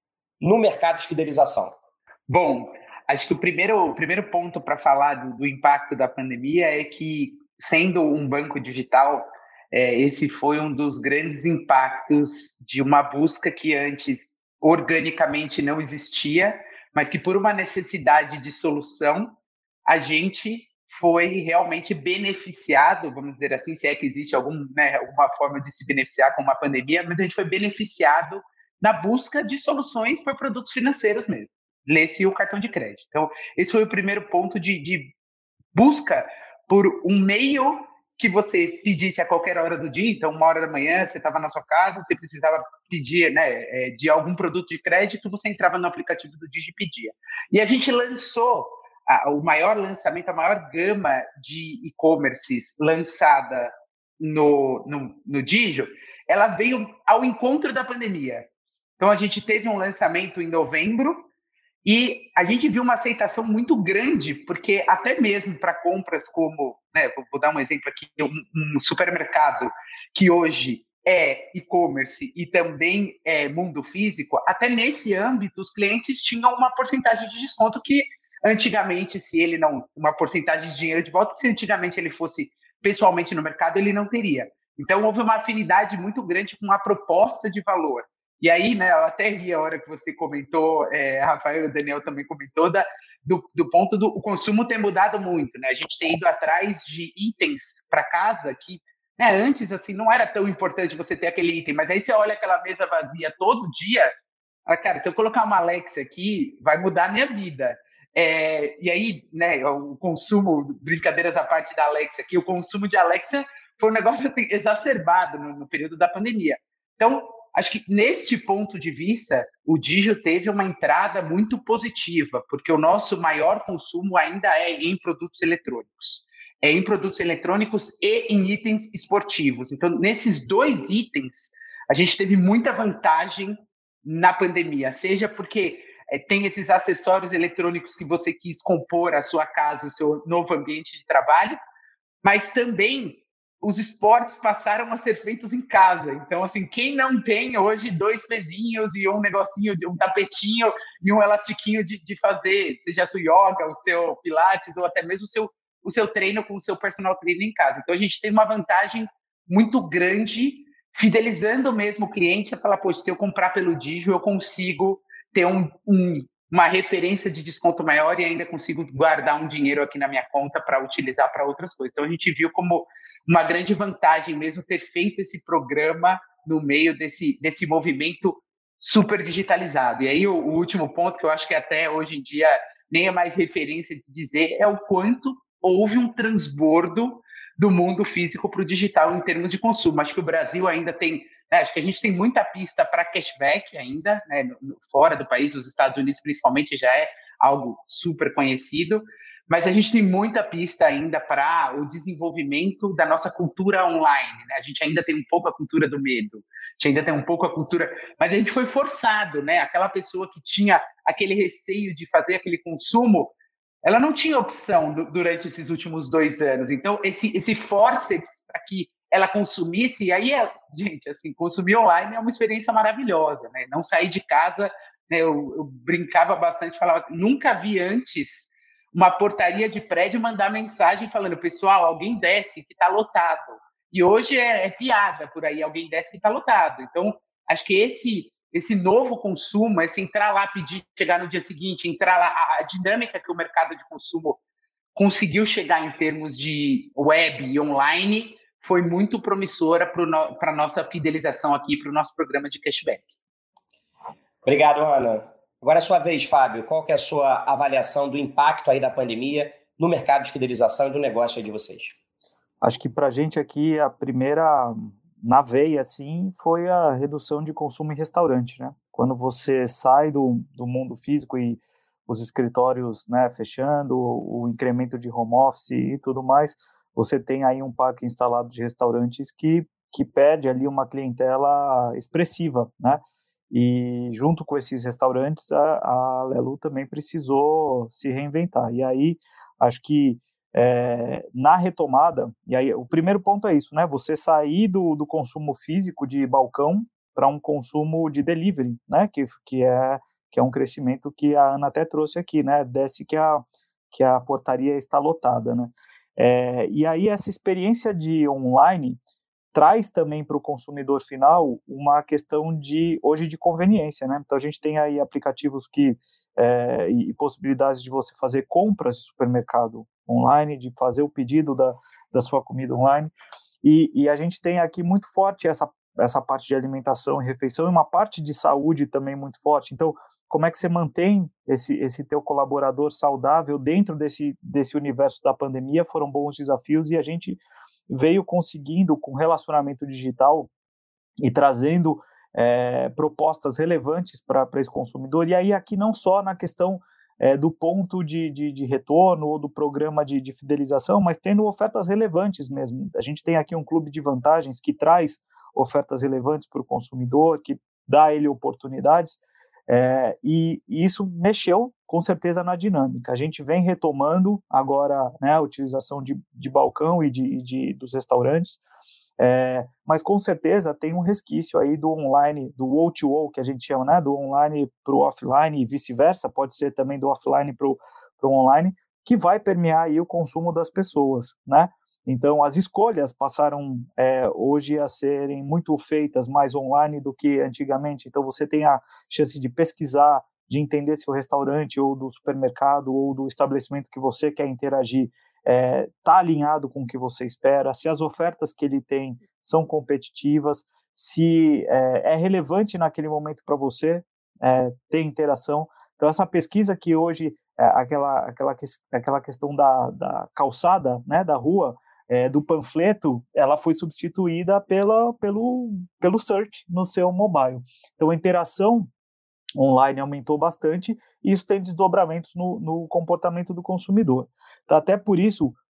no mercado de fidelização. Bom, acho que o primeiro ponto para falar do impacto da pandemia é que, sendo um banco digital, esse foi um dos grandes impactos de uma busca que antes organicamente não existia, mas que por uma necessidade de solução, a gente foi realmente beneficiado, vamos dizer assim, se é que existe alguma forma de se beneficiar com uma pandemia, mas a gente foi beneficiado na busca de soluções para produtos financeiros mesmo. Lê-se o cartão de crédito. Então, esse foi o primeiro ponto de busca por um meio que você pedisse a qualquer hora do dia. Então, 1h da manhã, você estava na sua casa, você precisava pedir de algum produto de crédito, você entrava no aplicativo do Digi e pedia. E a gente lançou o maior lançamento, a maior gama de e-commerces lançada no Digio, ela veio ao encontro da pandemia. Então, a gente teve um lançamento em novembro, e a gente viu uma aceitação muito grande, porque até mesmo para compras como, vou dar um exemplo aqui, um supermercado que hoje é e-commerce e também é mundo físico, até nesse âmbito os clientes tinham uma porcentagem de desconto que antigamente, se ele não, uma porcentagem de dinheiro de volta, que se antigamente ele fosse pessoalmente no mercado, ele não teria. Então houve uma afinidade muito grande com a proposta de valor. E aí, eu até ri a hora que você comentou, Rafael e o Daniel também comentou, do ponto do consumo ter mudado muito, né? A gente tem ido atrás de itens para casa que, antes, assim, não era tão importante você ter aquele item, mas aí você olha aquela mesa vazia todo dia, cara, se eu colocar uma Alexa aqui, vai mudar a minha vida. E aí, o consumo, brincadeiras à parte da Alexa aqui, o consumo de Alexa foi um negócio assim, exacerbado no período da pandemia. Então, acho que, neste ponto de vista, o Digio teve uma entrada muito positiva, porque o nosso maior consumo ainda é em produtos eletrônicos. em produtos eletrônicos e em itens esportivos. Então, nesses 2 itens, a gente teve muita vantagem na pandemia, seja porque tem esses acessórios eletrônicos que você quis compor a sua casa, o seu novo ambiente de trabalho, mas também os esportes passaram a ser feitos em casa. Então, assim, quem não tem hoje 2 pezinhos e um negocinho, um tapetinho e um elastiquinho de fazer, seja o seu yoga, o seu pilates ou até mesmo o seu treino com o seu personal trainer em casa. Então, a gente tem uma vantagem muito grande, fidelizando mesmo o cliente a falar, poxa, se eu comprar pelo Digio, eu consigo ter uma referência de desconto maior e ainda consigo guardar um dinheiro aqui na minha conta para utilizar para outras coisas. Então, a gente viu como uma grande vantagem mesmo ter feito esse programa no meio desse movimento super digitalizado. E aí, o último ponto, que eu acho que até hoje em dia nem é mais referência de dizer, é o quanto houve um transbordo do mundo físico para o digital em termos de consumo. Acho que o Brasil ainda tem... Acho que a gente tem muita pista para cashback ainda, né, fora do país, os Estados Unidos principalmente já é algo super conhecido, mas a gente tem muita pista ainda para o desenvolvimento da nossa cultura online, né? A gente ainda tem um pouco a cultura do medo, a gente ainda tem um pouco a cultura... Mas a gente foi forçado, né? Aquela pessoa que tinha aquele receio de fazer aquele consumo, ela não tinha opção durante esses últimos 2 anos. Então, esse forceps para que ela consumisse, e aí, gente, assim, consumir online é uma experiência maravilhosa, né? Não sair de casa, né? Eu brincava bastante, falava, nunca vi antes uma portaria de prédio mandar mensagem falando, pessoal, alguém desce que está lotado. E hoje é piada por aí, alguém desce que está lotado. Então, acho que esse novo consumo, esse entrar lá, pedir, chegar no dia seguinte, entrar lá, a dinâmica que o mercado de consumo conseguiu chegar em termos de web e online foi muito promissora para a nossa fidelização aqui, para o nosso programa de cashback. Obrigado, Ana. Agora é a sua vez, Fábio. Qual que é a sua avaliação do impacto aí da pandemia no mercado de fidelização e do negócio aí de vocês? Acho que para a gente aqui, a primeira na veia, assim, foi a redução de consumo em restaurante, né? Quando você sai do mundo físico e os escritórios, né, fechando, o incremento de home office e tudo mais, você tem aí um parque instalado de restaurantes que perde ali uma clientela expressiva, né? E junto com esses restaurantes, a Lelu também precisou se reinventar. E aí, acho que na retomada, e aí o primeiro ponto é isso, né? Você sair do consumo físico de balcão para um consumo de delivery, né? Que é um crescimento que a Ana até trouxe aqui, né? Desce que a portaria está lotada, né? E aí essa experiência de online traz também para o consumidor final uma questão hoje de conveniência, né? Então a gente tem aí aplicativos e possibilidades de você fazer compras de supermercado online, de fazer o pedido da sua comida online, e a gente tem aqui muito forte essa parte de alimentação e refeição, e uma parte de saúde também muito forte. Então, como é que você mantém esse teu colaborador saudável dentro desse universo da pandemia? Foram bons desafios, e a gente veio conseguindo, com relacionamento digital e trazendo propostas relevantes para esse consumidor. E aí aqui não só na questão do ponto de retorno ou do programa de fidelização, mas tendo ofertas relevantes mesmo. A gente tem aqui um clube de vantagens que traz ofertas relevantes para o consumidor, que dá a ele oportunidades, e isso mexeu com certeza na dinâmica. A gente vem retomando agora, né, a utilização de balcão e dos restaurantes, mas com certeza tem um resquício aí do online, do O2O, que a gente chama, né, do online para o offline e vice-versa, pode ser também do offline para o online, que vai permear aí o consumo das pessoas, né? Então, as escolhas passaram hoje a serem muito feitas mais online do que antigamente. Então, você tem a chance de pesquisar, de entender se o restaurante ou do supermercado ou do estabelecimento que você quer interagir está alinhado com o que você espera, se as ofertas que ele tem são competitivas, se é relevante naquele momento para você ter interação. Então, essa pesquisa que hoje, aquela questão da calçada, né, da rua, do panfleto, ela foi substituída pelo search no seu mobile. Então, a interação online aumentou bastante, e isso tem desdobramentos no comportamento do consumidor. Então, até por isso,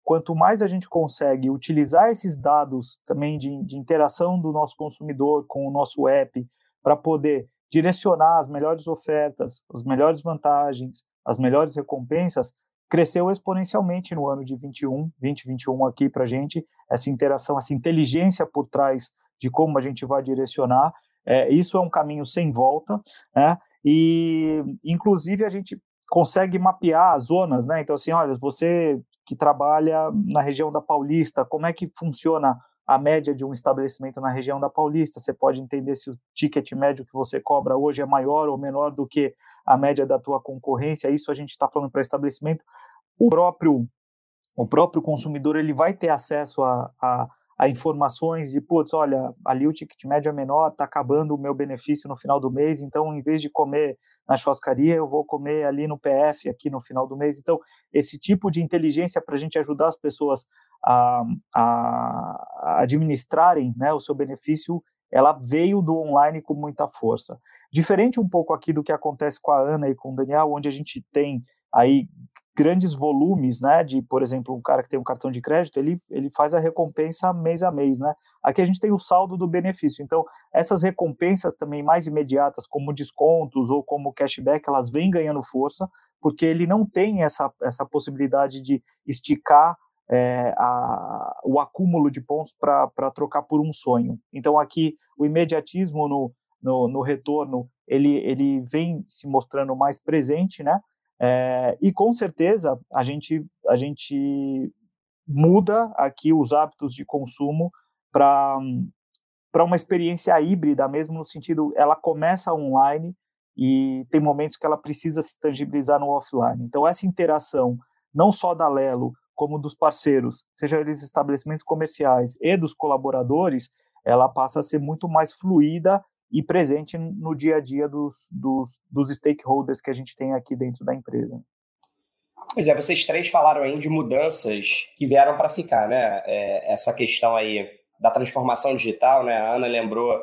quanto mais a gente consegue utilizar esses dados também de interação do nosso consumidor com o nosso app para poder direcionar as melhores ofertas, as melhores vantagens, as melhores recompensas, cresceu exponencialmente no ano de 2021 aqui para a gente, essa interação, essa inteligência por trás de como a gente vai direcionar. Isso é um caminho sem volta, né? E, inclusive, a gente consegue mapear as zonas, né? Então, assim, olha, você que trabalha na região da Paulista, como é que funciona a média de um estabelecimento na região da Paulista? Você pode entender se o ticket médio que você cobra hoje é maior ou menor do que a média da tua concorrência. Isso a gente está falando para estabelecimento. O próprio consumidor ele vai ter acesso a informações de, putz, olha, ali o ticket médio é menor, está acabando o meu benefício no final do mês, então, em vez de comer na churrascaria, eu vou comer ali no PF, aqui no final do mês. Então, esse tipo de inteligência para a gente ajudar as pessoas a administrarem, né, o seu benefício, ela veio do online com muita força. Diferente um pouco aqui do que acontece com a Ana e com o Daniel, onde a gente tem aí grandes volumes, né, de, por exemplo, um cara que tem um cartão de crédito, ele faz a recompensa mês a mês, né? Aqui a gente tem o saldo do benefício, então essas recompensas também mais imediatas, como descontos ou como cashback, elas vêm ganhando força, porque ele não tem essa possibilidade de esticar o acúmulo de pontos para trocar por um sonho. Então aqui o imediatismo no retorno, ele vem se mostrando mais presente, né? E com certeza a gente muda aqui os hábitos de consumo para uma experiência híbrida mesmo, no sentido, ela começa online e tem momentos que ela precisa se tangibilizar no offline. Então essa interação, não só da Lelo, como dos parceiros, seja eles estabelecimentos comerciais e dos colaboradores, ela passa a ser muito mais fluida e presente no dia a dia dos stakeholders que a gente tem aqui dentro da empresa. Pois é, vocês três falaram aí de mudanças que vieram para ficar, né? Essa questão aí da transformação digital, né? A Ana lembrou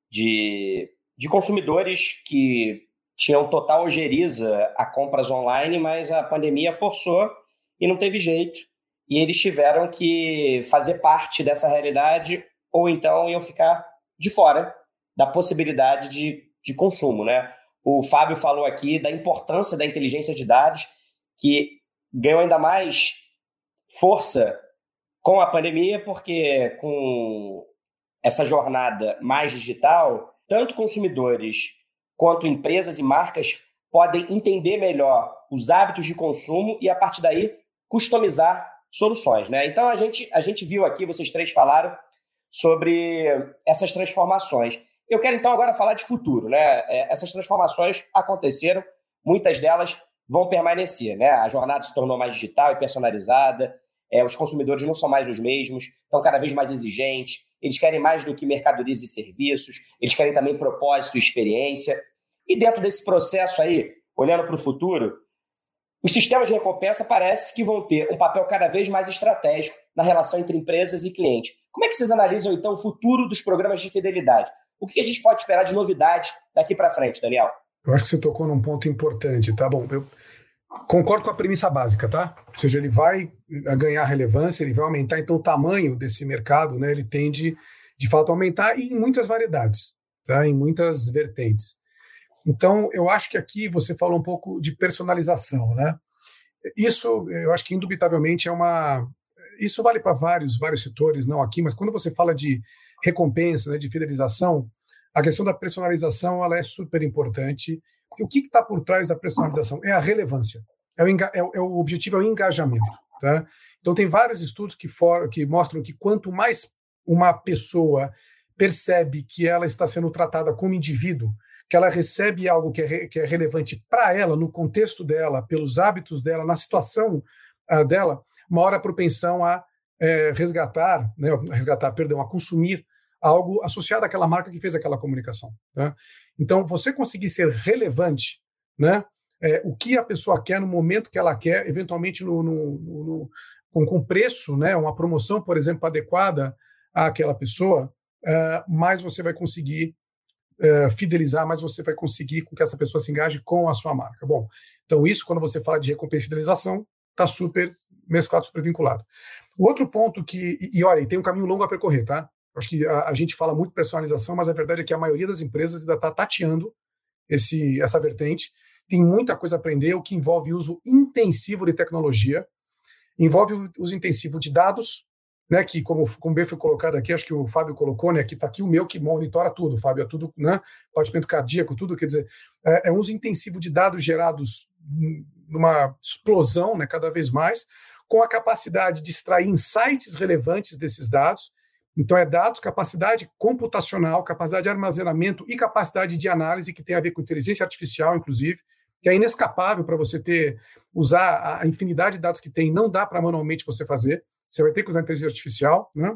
de consumidores que tinham total ojeriza a compras online, mas a pandemia forçou e não teve jeito. E eles tiveram que fazer parte dessa realidade ou então iam ficar de fora da possibilidade de consumo, né? O Fábio falou aqui da importância da inteligência de dados, que ganhou ainda mais força com a pandemia, porque com essa jornada mais digital, tanto consumidores quanto empresas e marcas podem entender melhor os hábitos de consumo e, a partir daí, customizar soluções, né? Então, a gente viu aqui, vocês três falaram sobre essas transformações. Eu quero, então, agora falar de futuro, né? Essas transformações aconteceram, muitas delas vão permanecer, né? A jornada se tornou mais digital e personalizada, os consumidores não são mais os mesmos, estão cada vez mais exigentes, eles querem mais do que mercadorias e serviços, eles querem também propósito e experiência. E dentro desse processo aí, olhando para o futuro, os sistemas de recompensa parece que vão ter um papel cada vez mais estratégico na relação entre empresas e clientes. Como é que vocês analisam, então, o futuro dos programas de fidelidade? O que a gente pode esperar de novidade daqui para frente, Daniel? Eu acho que você tocou num ponto importante, tá? Bom, eu concordo com a premissa básica, tá? Ou seja, ele vai ganhar relevância, ele vai aumentar, então o tamanho desse mercado, né, ele tende, de fato, a aumentar e em muitas variedades, tá? Em muitas vertentes. Então, eu acho que aqui você falou um pouco de personalização, né? Isso, eu acho que indubitavelmente isso vale para vários setores, não aqui, mas quando você fala de recompensa, né, de fidelização, a questão da personalização ela é super importante. Porque o que está por trás da personalização? É a relevância. O objetivo é o engajamento. Tá? Então, tem vários estudos que mostram que quanto mais uma pessoa percebe que ela está sendo tratada como indivíduo, que ela recebe algo que é relevante para ela, no contexto dela, pelos hábitos dela, na situação dela, maior a propensão a a consumir algo associado àquela marca que fez aquela comunicação. Tá? Então, você conseguir ser relevante, né, o que a pessoa quer no momento que ela quer, eventualmente com preço, né, uma promoção, por exemplo, adequada àquela pessoa, mais você vai conseguir fidelizar, mais você vai conseguir com que essa pessoa se engaje com a sua marca. Bom, então isso, quando você fala de recompensa e fidelização, está super mesclado, super vinculado. O outro ponto e olha, tem um caminho longo a percorrer, tá? Acho que a gente fala muito personalização, mas a verdade é que a maioria das empresas ainda está tateando essa vertente. Tem muita coisa a aprender, o que envolve uso intensivo de tecnologia, envolve o uso intensivo de dados, né, que como bem foi colocado aqui, acho que o Fábio colocou, né, que está aqui o meu que monitora tudo, Fábio, é tudo, né, batimento cardíaco, tudo, quer dizer, é um uso intensivo de dados gerados numa explosão, né, cada vez mais, com a capacidade de extrair insights relevantes desses dados. Então, é dados, capacidade computacional, capacidade de armazenamento e capacidade de análise, que tem a ver com inteligência artificial, inclusive, que é inescapável para você usar a infinidade de dados que tem, não dá para manualmente você fazer, você vai ter que usar inteligência artificial, né?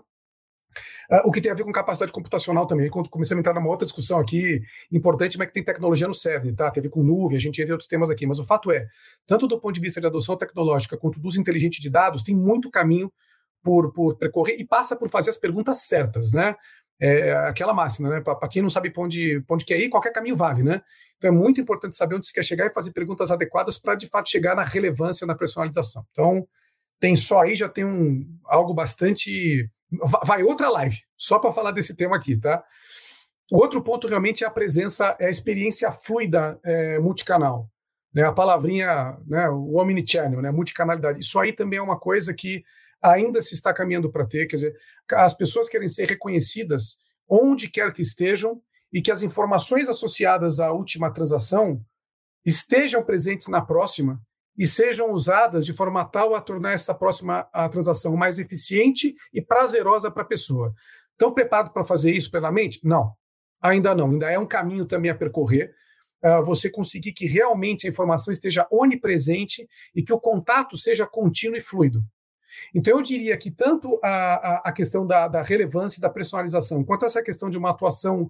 O que tem a ver com capacidade computacional também. Quando começamos a entrar numa outra discussão aqui, importante, mas que tem tecnologia no CERN, tá? Tem a ver com nuvem, a gente entra em outros temas aqui, mas o fato é, tanto do ponto de vista de adoção tecnológica quanto do uso inteligente de dados, tem muito caminho por percorrer e passa por fazer as perguntas certas, né? Aquela máxima, né? Para quem não sabe para onde quer ir, qualquer caminho vale, né? Então é muito importante saber onde se quer chegar e fazer perguntas adequadas para, de fato, chegar na relevância, na personalização. Então, tem só aí, já tem algo bastante... Vai outra live, só para falar desse tema aqui, tá? O outro ponto realmente é a presença, é a experiência fluida multicanal. Né? A palavrinha, né, o omnichannel, né, multicanalidade. Isso aí também é uma coisa que ainda se está caminhando para ter, quer dizer, as pessoas querem ser reconhecidas onde quer que estejam e que as informações associadas à última transação estejam presentes na próxima e sejam usadas de forma tal a tornar essa próxima transação mais eficiente e prazerosa para a pessoa. Estão preparados para fazer isso plenamente? Não, ainda não. Ainda é um caminho também a percorrer. Você conseguir que realmente a informação esteja onipresente e que o contato seja contínuo e fluido. Então, eu diria que tanto a questão da relevância e da personalização, quanto essa questão de uma atuação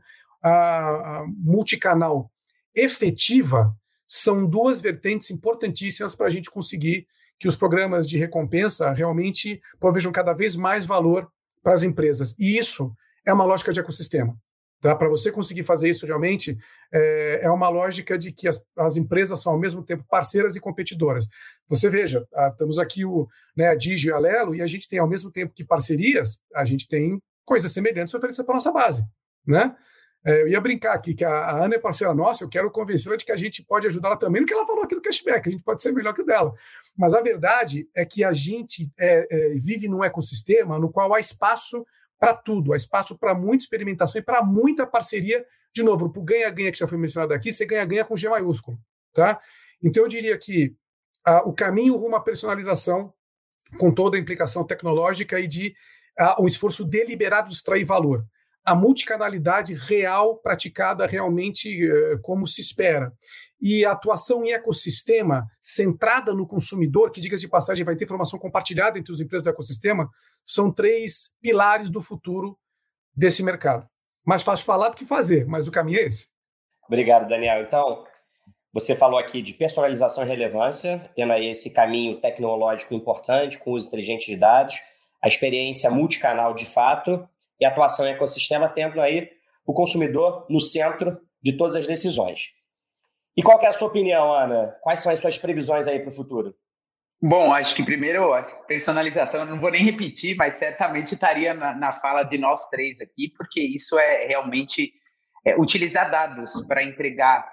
multicanal efetiva, são duas vertentes importantíssimas para a gente conseguir que os programas de recompensa realmente provejam cada vez mais valor para as empresas. E isso é uma lógica de ecossistema. Tá? Para você conseguir fazer isso realmente, é uma lógica de que as empresas são ao mesmo tempo parceiras e competidoras. Você veja, estamos aqui a Digi e a Alelo, e a gente tem ao mesmo tempo que parcerias, a gente tem coisas semelhantes a oferecer para a nossa base. Né? Eu ia brincar aqui que a Ana é parceira nossa, eu quero convencê-la de que a gente pode ajudá-la também no que ela falou aqui do cashback, a gente pode ser melhor que o dela. Mas a verdade é que a gente vive num ecossistema no qual há espaço para tudo, há espaço para muita experimentação e para muita parceria. De novo, para o ganha-ganha que já foi mencionado aqui, você ganha-ganha com G maiúsculo. Tá? Então, eu diria que o caminho rumo à personalização, com toda a implicação tecnológica e de um esforço deliberado de extrair valor. A multicanalidade real, praticada realmente como se espera. E a atuação em ecossistema, centrada no consumidor, que, diga-se de passagem, vai ter informação compartilhada entre os empresas do ecossistema, são 3 pilares do futuro desse mercado. Mais fácil falar do que fazer, mas o caminho é esse. Obrigado, Daniel. Então, você falou aqui de personalização e relevância, tendo aí esse caminho tecnológico importante, com uso inteligente de dados, a experiência multicanal de fato, e atuação em ecossistema, tendo aí o consumidor no centro de todas as decisões. E qual que é a sua opinião, Ana? Quais são as suas previsões aí para o futuro? Bom, acho que primeiro, a personalização, eu não vou nem repetir, mas certamente estaria na fala de nós 3 aqui, porque isso é realmente utilizar dados para entregar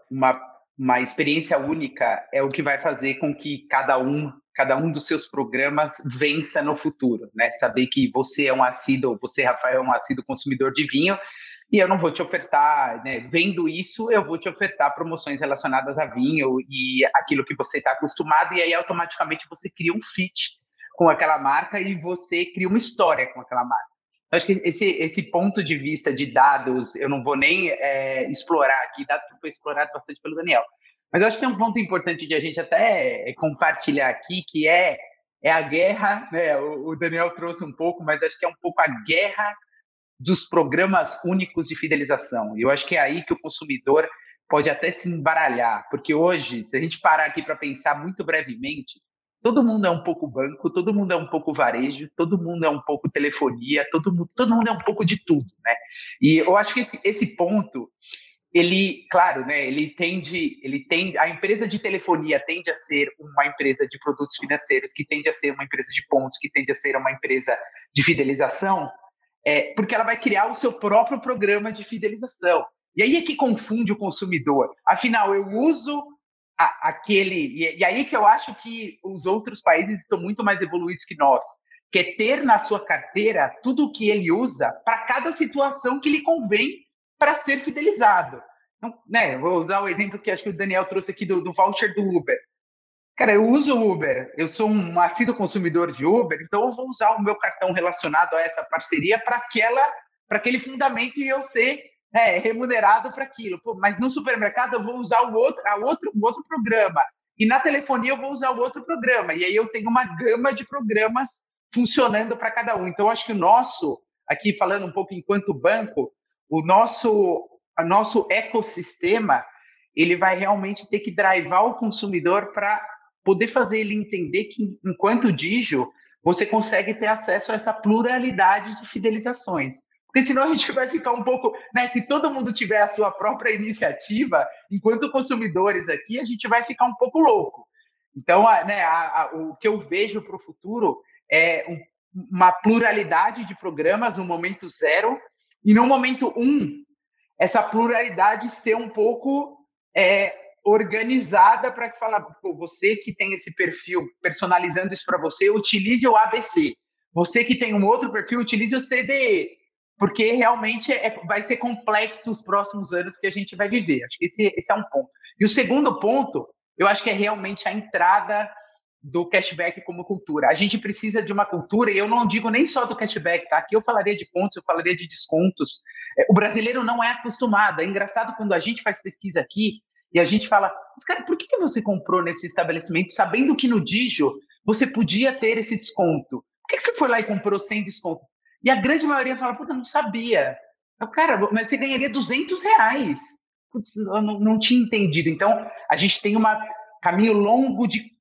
uma experiência única é o que vai fazer com que cada um dos seus programas vença no futuro, né? Saber que você, Rafael, é um assíduo consumidor de vinho, e eu não vou te ofertar, né? Vendo isso, eu vou te ofertar promoções relacionadas a vinho e aquilo que você está acostumado, e aí automaticamente você cria um fit com aquela marca e você cria uma história com aquela marca. Eu acho que esse ponto de vista de dados, eu não vou nem explorar aqui, dado que foi explorado bastante pelo Daniel. Mas eu acho que tem um ponto importante de a gente até compartilhar aqui, que é a guerra, né? O Daniel trouxe um pouco, mas acho que é um pouco a guerra dos programas únicos de fidelização. E eu acho que é aí que o consumidor pode até se embaralhar, porque hoje, se a gente parar aqui para pensar muito brevemente, todo mundo é um pouco banco, todo mundo é um pouco varejo, todo mundo é um pouco telefonia, todo mundo é um pouco de tudo, né? E eu acho que esse ponto, ele, claro, né, a empresa de telefonia tende a ser uma empresa de produtos financeiros, que tende a ser uma empresa de pontos, que tende a ser uma empresa de fidelização, porque ela vai criar o seu próprio programa de fidelização. E aí é que confunde o consumidor. Afinal, eu uso aquele... E aí que eu acho que os outros países estão muito mais evoluídos que nós, que é ter na sua carteira tudo o que ele usa para cada situação que lhe convém para ser fidelizado. Então, né, vou usar o exemplo que acho que o Daniel trouxe aqui do voucher do Uber. Cara, eu uso o Uber, eu sou um assíduo consumidor de Uber, então eu vou usar o meu cartão relacionado a essa parceria para aquele fundamento e eu ser remunerado para aquilo. Pô, mas no supermercado eu vou usar o outro programa, e na telefonia eu vou usar o outro programa, e aí eu tenho uma gama de programas funcionando para cada um. Então, acho que o nosso, aqui falando um pouco enquanto banco, o nosso ecossistema, ele vai realmente ter que drivar o consumidor para poder fazer ele entender que, enquanto Digio, você consegue ter acesso a essa pluralidade de fidelizações. Porque senão a gente vai ficar um pouco... Né, se todo mundo tiver a sua própria iniciativa, enquanto consumidores aqui, a gente vai ficar um pouco louco. Então, o que eu vejo para o futuro é uma pluralidade de programas no momento 0, e no momento 1, essa pluralidade ser um pouco organizada para que você que tem esse perfil, personalizando isso para você, utilize o ABC. Você que tem um outro perfil, utilize o CDE, porque realmente vai ser complexo os próximos anos que a gente vai viver. Acho que esse é um ponto. E o segundo ponto, eu acho que é realmente a entrada do cashback como cultura. A gente precisa de uma cultura, e eu não digo nem só do cashback, tá? Aqui eu falaria de pontos, eu falaria de descontos. O brasileiro não é acostumado. É engraçado quando a gente faz pesquisa aqui e a gente fala, mas cara, por que você comprou nesse estabelecimento sabendo que no Digio você podia ter esse desconto? Por que você foi lá e comprou sem desconto? E a grande maioria fala, puta, não sabia. Cara, mas você ganharia R$200. Putz, eu não tinha entendido. Então, a gente tem um caminho longo de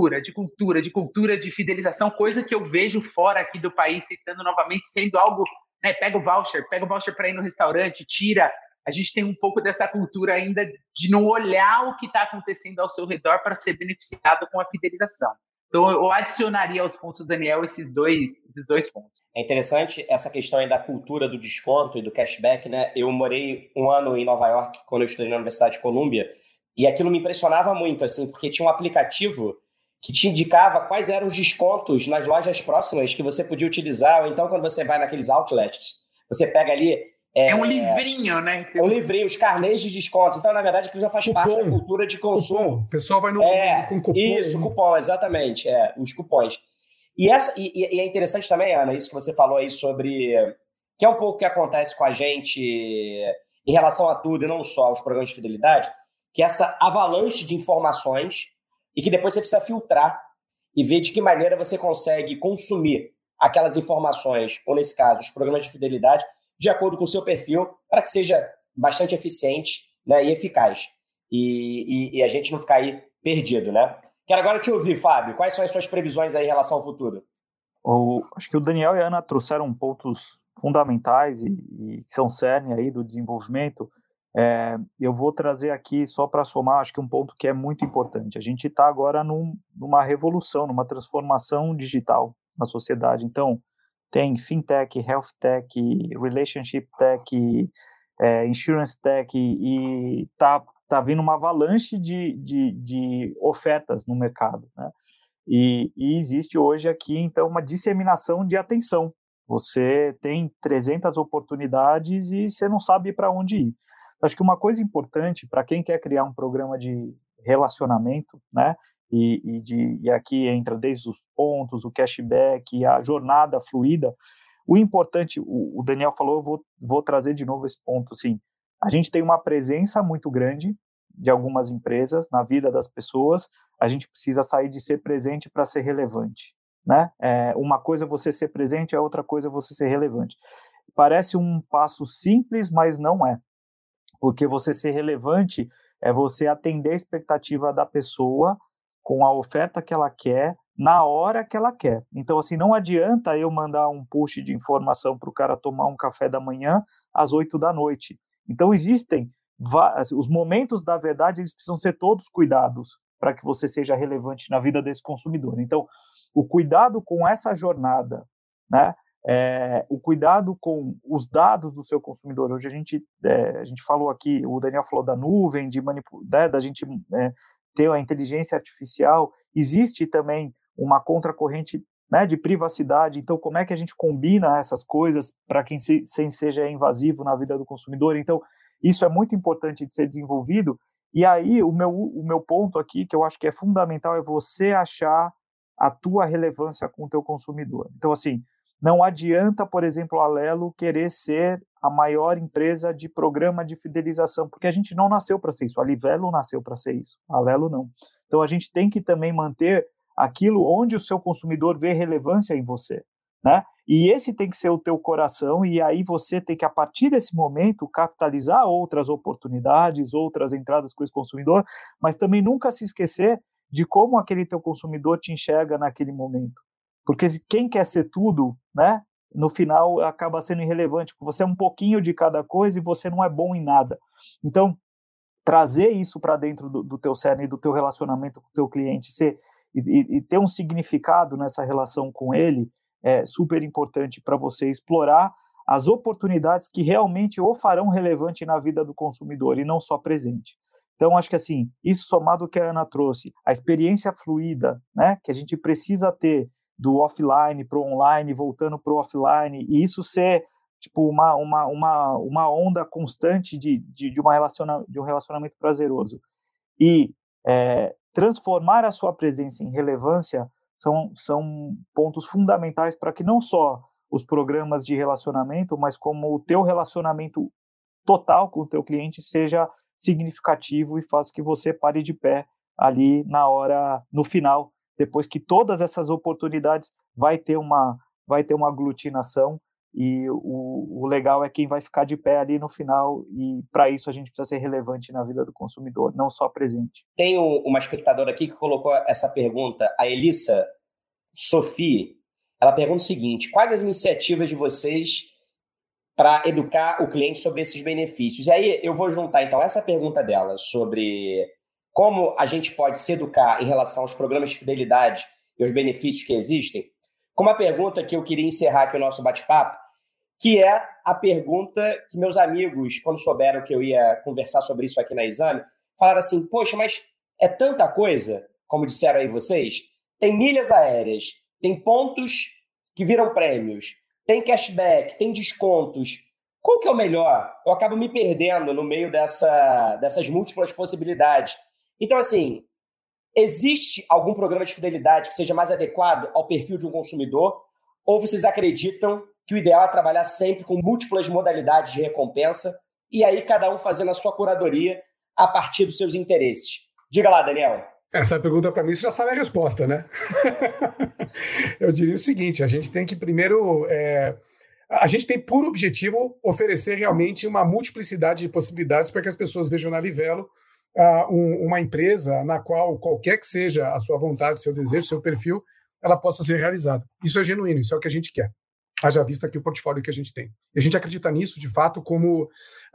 cultura de fidelização, coisa que eu vejo fora aqui do país, citando novamente, sendo algo, né, pega o voucher para ir no restaurante, tira. A gente tem um pouco dessa cultura ainda de não olhar o que está acontecendo ao seu redor para ser beneficiado com a fidelização. Então, eu adicionaria aos pontos do Daniel esses dois pontos. É interessante essa questão aí da cultura do desconto e do cashback, né? Eu morei 1 ano em Nova York, quando eu estudei na Universidade de Colômbia, e aquilo me impressionava muito, assim, porque tinha um aplicativo que te indicava quais eram os descontos nas lojas próximas que você podia utilizar, ou então quando você vai naqueles outlets, você pega ali... É um livrinho, né? É um livrinho, os carnês de desconto. Então, na verdade, aquilo já faz parte da cultura de consumo. Cupom. O pessoal vai com cupom. Isso, cupom, exatamente. Os cupons. E é interessante também, Ana, isso que você falou aí sobre... Que é um pouco o que acontece com a gente em relação a tudo, e não só aos programas de fidelidade, que é essa avalanche de informações e que depois você precisa filtrar e ver de que maneira você consegue consumir aquelas informações, ou nesse caso, os programas de fidelidade, de acordo com o seu perfil, para que seja bastante eficiente, né, e eficaz. E a gente não ficar aí perdido, né? Quero agora te ouvir, Fábio. Quais são as suas previsões aí em relação ao futuro? Acho que o Daniel e a Ana trouxeram pontos fundamentais e são cerne aí do desenvolvimento. Eu vou trazer aqui, só para somar, acho que um ponto que é muito importante. A gente está agora numa revolução, numa transformação digital na sociedade. Então, tem fintech, health tech, relationship tech, insurance tech, e tá vindo uma avalanche de ofertas no mercado, né? E existe hoje aqui, então, uma disseminação de atenção. Você tem 300 oportunidades e você não sabe para onde ir. Acho que uma coisa importante para quem quer criar um programa de relacionamento, né? E aqui entra desde os pontos, o cashback, a jornada fluida. O importante, o Daniel falou, eu vou trazer de novo esse ponto, assim, a gente tem uma presença muito grande de algumas empresas na vida das pessoas, a gente precisa sair de ser presente para ser relevante, né? Uma coisa é você ser presente, a outra coisa é você ser relevante. Parece um passo simples, mas não é. Porque você ser relevante é você atender a expectativa da pessoa com a oferta que ela quer, na hora que ela quer. Então, assim, não adianta eu mandar um push de informação para o cara tomar um café da manhã às 8 da noite. Então, existem os momentos da verdade, eles precisam ser todos cuidados para que você seja relevante na vida desse consumidor. Então, o cuidado com essa jornada, né? O cuidado com os dados do seu consumidor. Hoje a gente falou aqui, o Daniel falou da nuvem, da gente ter a inteligência artificial. Existe também uma contracorrente, né, de privacidade. Então, como é que a gente combina essas coisas para que sem seja invasivo na vida do consumidor? Então, isso é muito importante de ser desenvolvido. E aí, o meu ponto aqui, que eu acho que é fundamental, é você achar a tua relevância com o teu consumidor. Então, assim, não adianta, por exemplo, a Alelo querer ser a maior empresa de programa de fidelização, porque a gente não nasceu para ser isso. A Livelo nasceu para ser isso, a Alelo não. Então, a gente tem que também manter aquilo onde o seu consumidor vê relevância em você, né? E esse tem que ser o teu coração, e aí você tem que, a partir desse momento, capitalizar outras oportunidades, outras entradas com esse consumidor, mas também nunca se esquecer de como aquele teu consumidor te enxerga naquele momento. Porque quem quer ser tudo, né, no final acaba sendo irrelevante, porque você é um pouquinho de cada coisa e você não é bom em nada. Então, trazer isso para dentro do teu cerne, do teu relacionamento com o teu cliente, e ter um significado nessa relação com ele, é super importante para você explorar as oportunidades que realmente o farão relevante na vida do consumidor e não só presente. Então, acho que assim, isso somado ao que a Ana trouxe, a experiência fluida, né, que a gente precisa ter do offline para o online, voltando para o offline, e isso ser tipo uma onda constante de um relacionamento prazeroso. E transformar a sua presença em relevância são pontos fundamentais para que não só os programas de relacionamento, mas como o teu relacionamento total com o teu cliente seja significativo e faça que você pare de pé ali no final, depois que todas essas oportunidades vai ter uma aglutinação, e o legal é quem vai ficar de pé ali no final, e para isso a gente precisa ser relevante na vida do consumidor, não só presente. Tem uma espectadora aqui que colocou essa pergunta, a Elissa Sophie. Ela pergunta o seguinte: quais as iniciativas de vocês para educar o cliente sobre esses benefícios? E aí eu vou juntar então essa pergunta dela sobre como a gente pode se educar em relação aos programas de fidelidade e os benefícios que existem, com uma pergunta que eu queria encerrar aqui o nosso bate-papo, que é a pergunta que meus amigos, quando souberam que eu ia conversar sobre isso aqui na Exame, falaram assim: poxa, mas é tanta coisa, como disseram aí vocês, tem milhas aéreas, tem pontos que viram prêmios, tem cashback, tem descontos. Qual que é o melhor? Eu acabo me perdendo no meio dessas múltiplas possibilidades. Então, assim, existe algum programa de fidelidade que seja mais adequado ao perfil de um consumidor? Ou vocês acreditam que o ideal é trabalhar sempre com múltiplas modalidades de recompensa e aí cada um fazendo a sua curadoria a partir dos seus interesses? Diga lá, Daniel. Essa pergunta, para mim, você já sabe a resposta, né? Eu diria o seguinte: a gente tem que primeiro... a gente tem por objetivo oferecer realmente uma multiplicidade de possibilidades para que as pessoas vejam na Livelo uma empresa na qual qualquer que seja a sua vontade, seu desejo, seu perfil, ela possa ser realizada. Isso é genuíno, isso é o que a gente quer. Haja vista aqui o portfólio que a gente tem. E a gente acredita nisso, de fato, como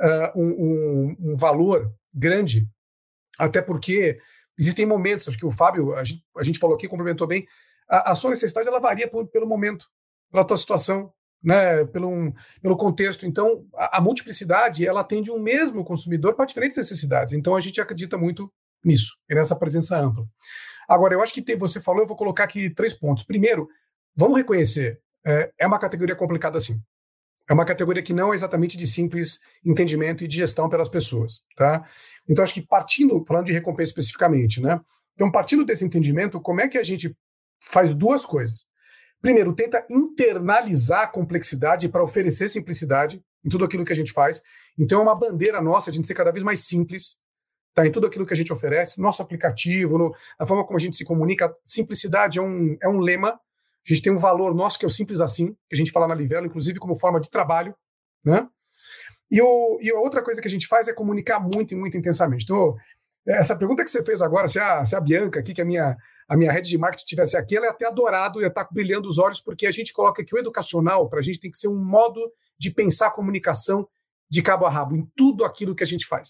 um valor grande, até porque existem momentos, acho que o Fábio, a gente falou aqui, complementou bem, a sua necessidade ela varia pelo momento, pela tua situação, né, pelo contexto. Então, a multiplicidade, ela atende um mesmo consumidor para diferentes necessidades. Então, a gente acredita muito nisso, nessa presença ampla. Agora, eu acho que você falou, eu vou colocar aqui 3 pontos. Primeiro, vamos reconhecer, é uma categoria complicada sim. É uma categoria que não é exatamente de simples entendimento e de gestão pelas pessoas, tá? Então, acho que falando de recompensa especificamente, né? Então, partindo desse entendimento, como é que a gente faz 2 coisas? Primeiro, tenta internalizar a complexidade para oferecer simplicidade em tudo aquilo que a gente faz. Então, é uma bandeira nossa, a gente ser cada vez mais simples, tá? Em tudo aquilo que a gente oferece, nosso aplicativo, na forma como a gente se comunica. Simplicidade é um lema. A gente tem um valor nosso que é o simples assim, que a gente fala na Livelo, inclusive como forma de trabalho, né? E a outra coisa que a gente faz é comunicar muito e muito intensamente. Então, essa pergunta que você fez agora, se a Bianca aqui, que é a minha rede de marketing tivesse aqui, ela ia ter adorado, ia estar brilhando os olhos, porque a gente coloca que o educacional, para a gente, tem que ser um modo de pensar a comunicação de cabo a rabo, em tudo aquilo que a gente faz.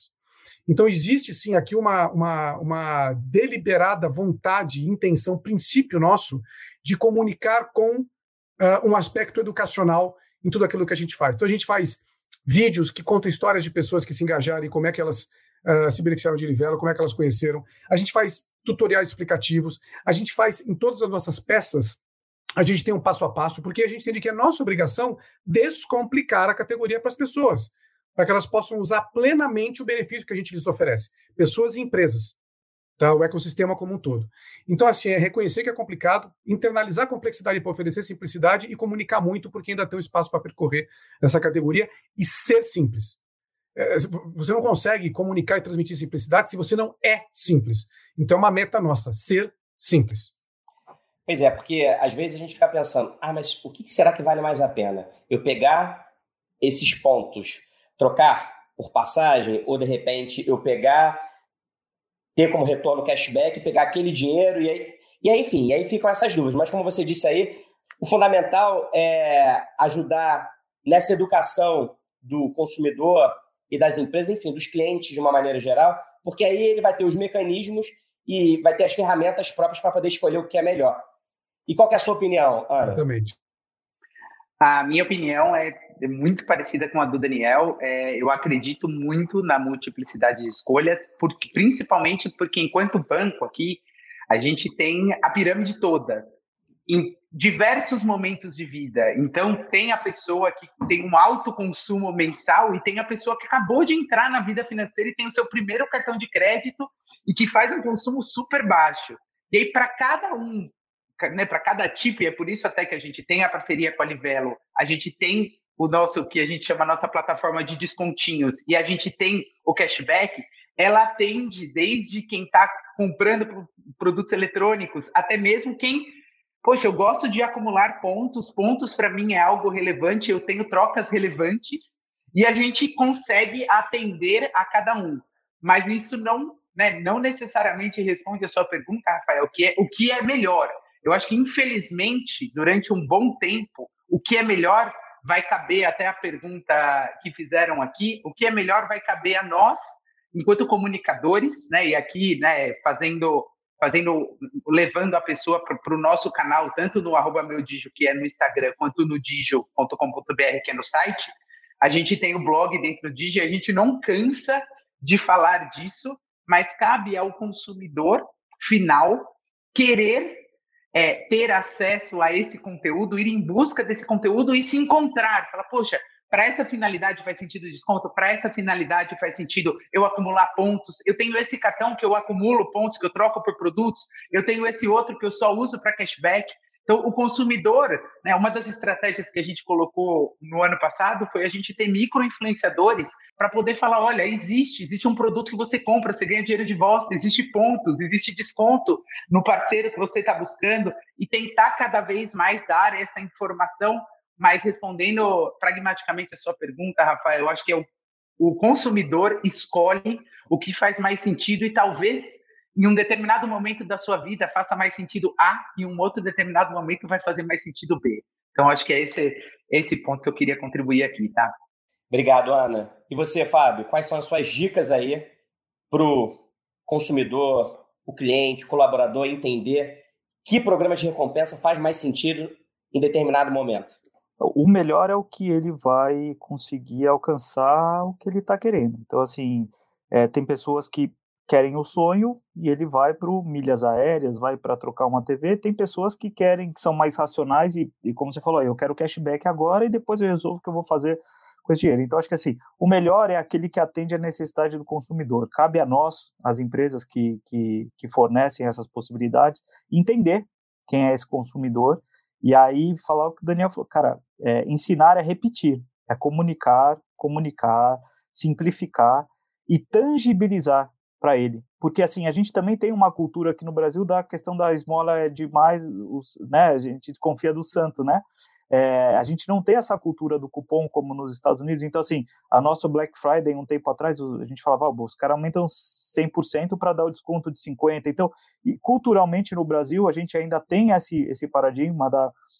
Então, existe, sim, aqui uma deliberada vontade, intenção, princípio nosso de comunicar com um aspecto educacional em tudo aquilo que a gente faz. Então, a gente faz vídeos que contam histórias de pessoas que se engajaram e como é que elas se beneficiaram de Livelo, como é que elas conheceram. A gente faz tutoriais explicativos. A gente faz, em todas as nossas peças, a gente tem um passo a passo, porque a gente entende que é nossa obrigação descomplicar a categoria para as pessoas, para que elas possam usar plenamente o benefício que a gente lhes oferece. Pessoas e empresas, tá? O ecossistema como um todo. Então, assim, é reconhecer que é complicado, internalizar a complexidade para oferecer simplicidade e comunicar muito, porque ainda tem um espaço para percorrer nessa categoria e ser simples. Você não consegue comunicar e transmitir simplicidade se você não é simples. Então, é uma meta nossa, ser simples. Pois é, porque às vezes a gente fica pensando, mas o que será que vale mais a pena? Eu pegar esses pontos, trocar por passagem, ou de repente eu pegar, ter como retorno cashback, pegar aquele dinheiro e aí, enfim, aí ficam essas dúvidas. Mas como você disse aí, o fundamental é ajudar nessa educação do consumidor e das empresas, enfim, dos clientes de uma maneira geral, porque aí ele vai ter os mecanismos e vai ter as ferramentas próprias para poder escolher o que é melhor. E qual que é a sua opinião, Ana? Exatamente. A minha opinião é muito parecida com a do Daniel. Eu acredito muito na multiplicidade de escolhas, principalmente porque, enquanto banco aqui, a gente tem a pirâmide toda, em diversos momentos de vida. Então, tem a pessoa que tem um alto consumo mensal e tem a pessoa que acabou de entrar na vida financeira e tem o seu primeiro cartão de crédito e que faz um consumo super baixo. E aí, para cada um, né, para cada tipo, e é por isso até que a gente tem a parceria com a Livelo, a gente tem o nosso, que a gente chama a nossa plataforma de descontinhos, e a gente tem o cashback, ela atende desde quem está comprando produtos eletrônicos, até mesmo quem, poxa, eu gosto de acumular pontos para mim é algo relevante, eu tenho trocas relevantes, e a gente consegue atender a cada um. Mas isso não necessariamente responde a sua pergunta, Rafael, o que é melhor. Eu acho que, infelizmente, durante um bom tempo, o que é melhor vai caber, até a pergunta que fizeram aqui, o que é melhor vai caber a nós, enquanto comunicadores, né, e aqui, né, levando a pessoa para o nosso canal, tanto no @meudigio, que é no Instagram, quanto no digio.com.br, que é no site. A gente tem o blog dentro do Digio, a gente não cansa de falar disso, mas cabe ao consumidor final querer ter acesso a esse conteúdo, ir em busca desse conteúdo e se encontrar. Falar, poxa, para essa finalidade faz sentido desconto, para essa finalidade faz sentido eu acumular pontos, eu tenho esse cartão que eu acumulo pontos, que eu troco por produtos, eu tenho esse outro que eu só uso para cashback. Então, o consumidor, né, uma das estratégias que a gente colocou no ano passado foi a gente ter micro-influenciadores para poder falar, olha, existe um produto que você compra, você ganha dinheiro de volta, existe pontos, existe desconto no parceiro que você está buscando, e tentar cada vez mais dar essa informação. Mas respondendo pragmaticamente a sua pergunta, Rafael, eu acho que o consumidor escolhe o que faz mais sentido e talvez em um determinado momento da sua vida faça mais sentido A e em um outro determinado momento vai fazer mais sentido B. Então, acho que é esse ponto que eu queria contribuir aqui, tá? Obrigado, Ana. E você, Fábio, quais são as suas dicas aí para o consumidor, o cliente, o colaborador entender que programa de recompensa faz mais sentido em determinado momento? O melhor é o que ele vai conseguir alcançar o que ele está querendo. Então, assim, tem pessoas que querem o sonho e ele vai para milhas aéreas, vai para trocar uma TV. Tem pessoas que são mais racionais e como você falou, eu quero cashback agora e depois eu resolvo o que eu vou fazer com esse dinheiro. Então, acho que assim, o melhor é aquele que atende à necessidade do consumidor. Cabe a nós, as empresas que fornecem essas possibilidades, entender quem é esse consumidor e aí falar o que o Daniel falou. Cara, ensinar é repetir, é comunicar, simplificar e tangibilizar para ele, porque assim, a gente também tem uma cultura aqui no Brasil da questão da esmola é demais, né, a gente desconfia do santo, né, a gente não tem essa cultura do cupom como nos Estados Unidos. Então assim, a nossa Black Friday um tempo atrás, a gente falava, os caras aumentam 100% para dar o desconto de 50%, então, e culturalmente no Brasil a gente ainda tem esse paradigma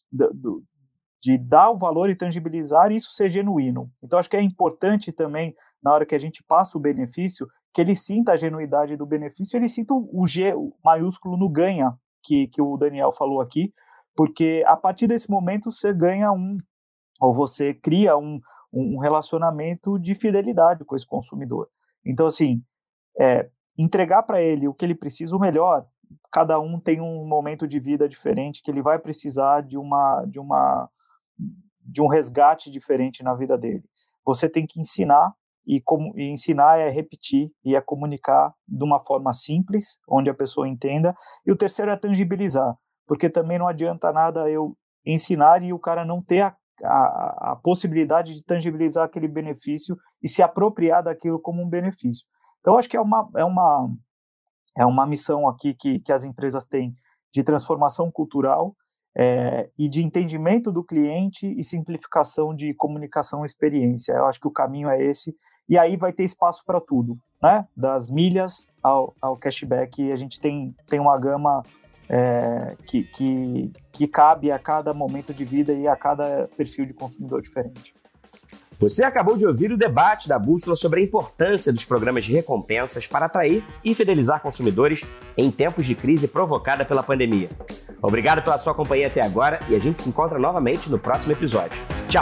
de dar o valor e tangibilizar e isso ser genuíno. Então acho que é importante também, na hora que a gente passa o benefício, que ele sinta a genuidade do benefício, ele sinta o G maiúsculo no ganha, que o Daniel falou aqui, porque a partir desse momento você ganha ou você cria um relacionamento de fidelidade com esse consumidor. Então, assim, entregar para ele o que ele precisa, o melhor. Cada um tem um momento de vida diferente, que ele vai precisar de um resgate diferente na vida dele. Você tem que ensinar, e ensinar é repetir e é comunicar de uma forma simples, onde a pessoa entenda. E o terceiro é tangibilizar, porque também não adianta nada eu ensinar e o cara não ter a possibilidade de tangibilizar aquele benefício e se apropriar daquilo como um benefício. Então, acho que é uma missão aqui que as empresas têm de transformação cultural e de entendimento do cliente e simplificação de comunicação e experiência. Eu acho que o caminho é esse, e aí vai ter espaço para tudo, né? Das milhas ao cashback, e a gente tem uma gama que cabe a cada momento de vida e a cada perfil de consumidor diferente. Você acabou de ouvir o debate da Bússola sobre a importância dos programas de recompensas para atrair e fidelizar consumidores em tempos de crise provocada pela pandemia. Obrigado pela sua companhia até agora e a gente se encontra novamente no próximo episódio. Tchau!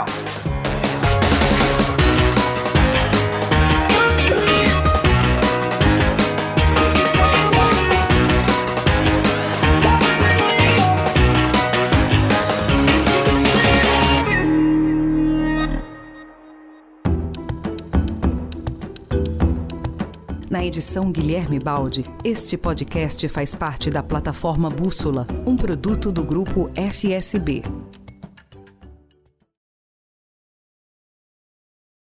Na edição Guilherme Baldi, este podcast faz parte da plataforma Bússola, um produto do grupo FSB.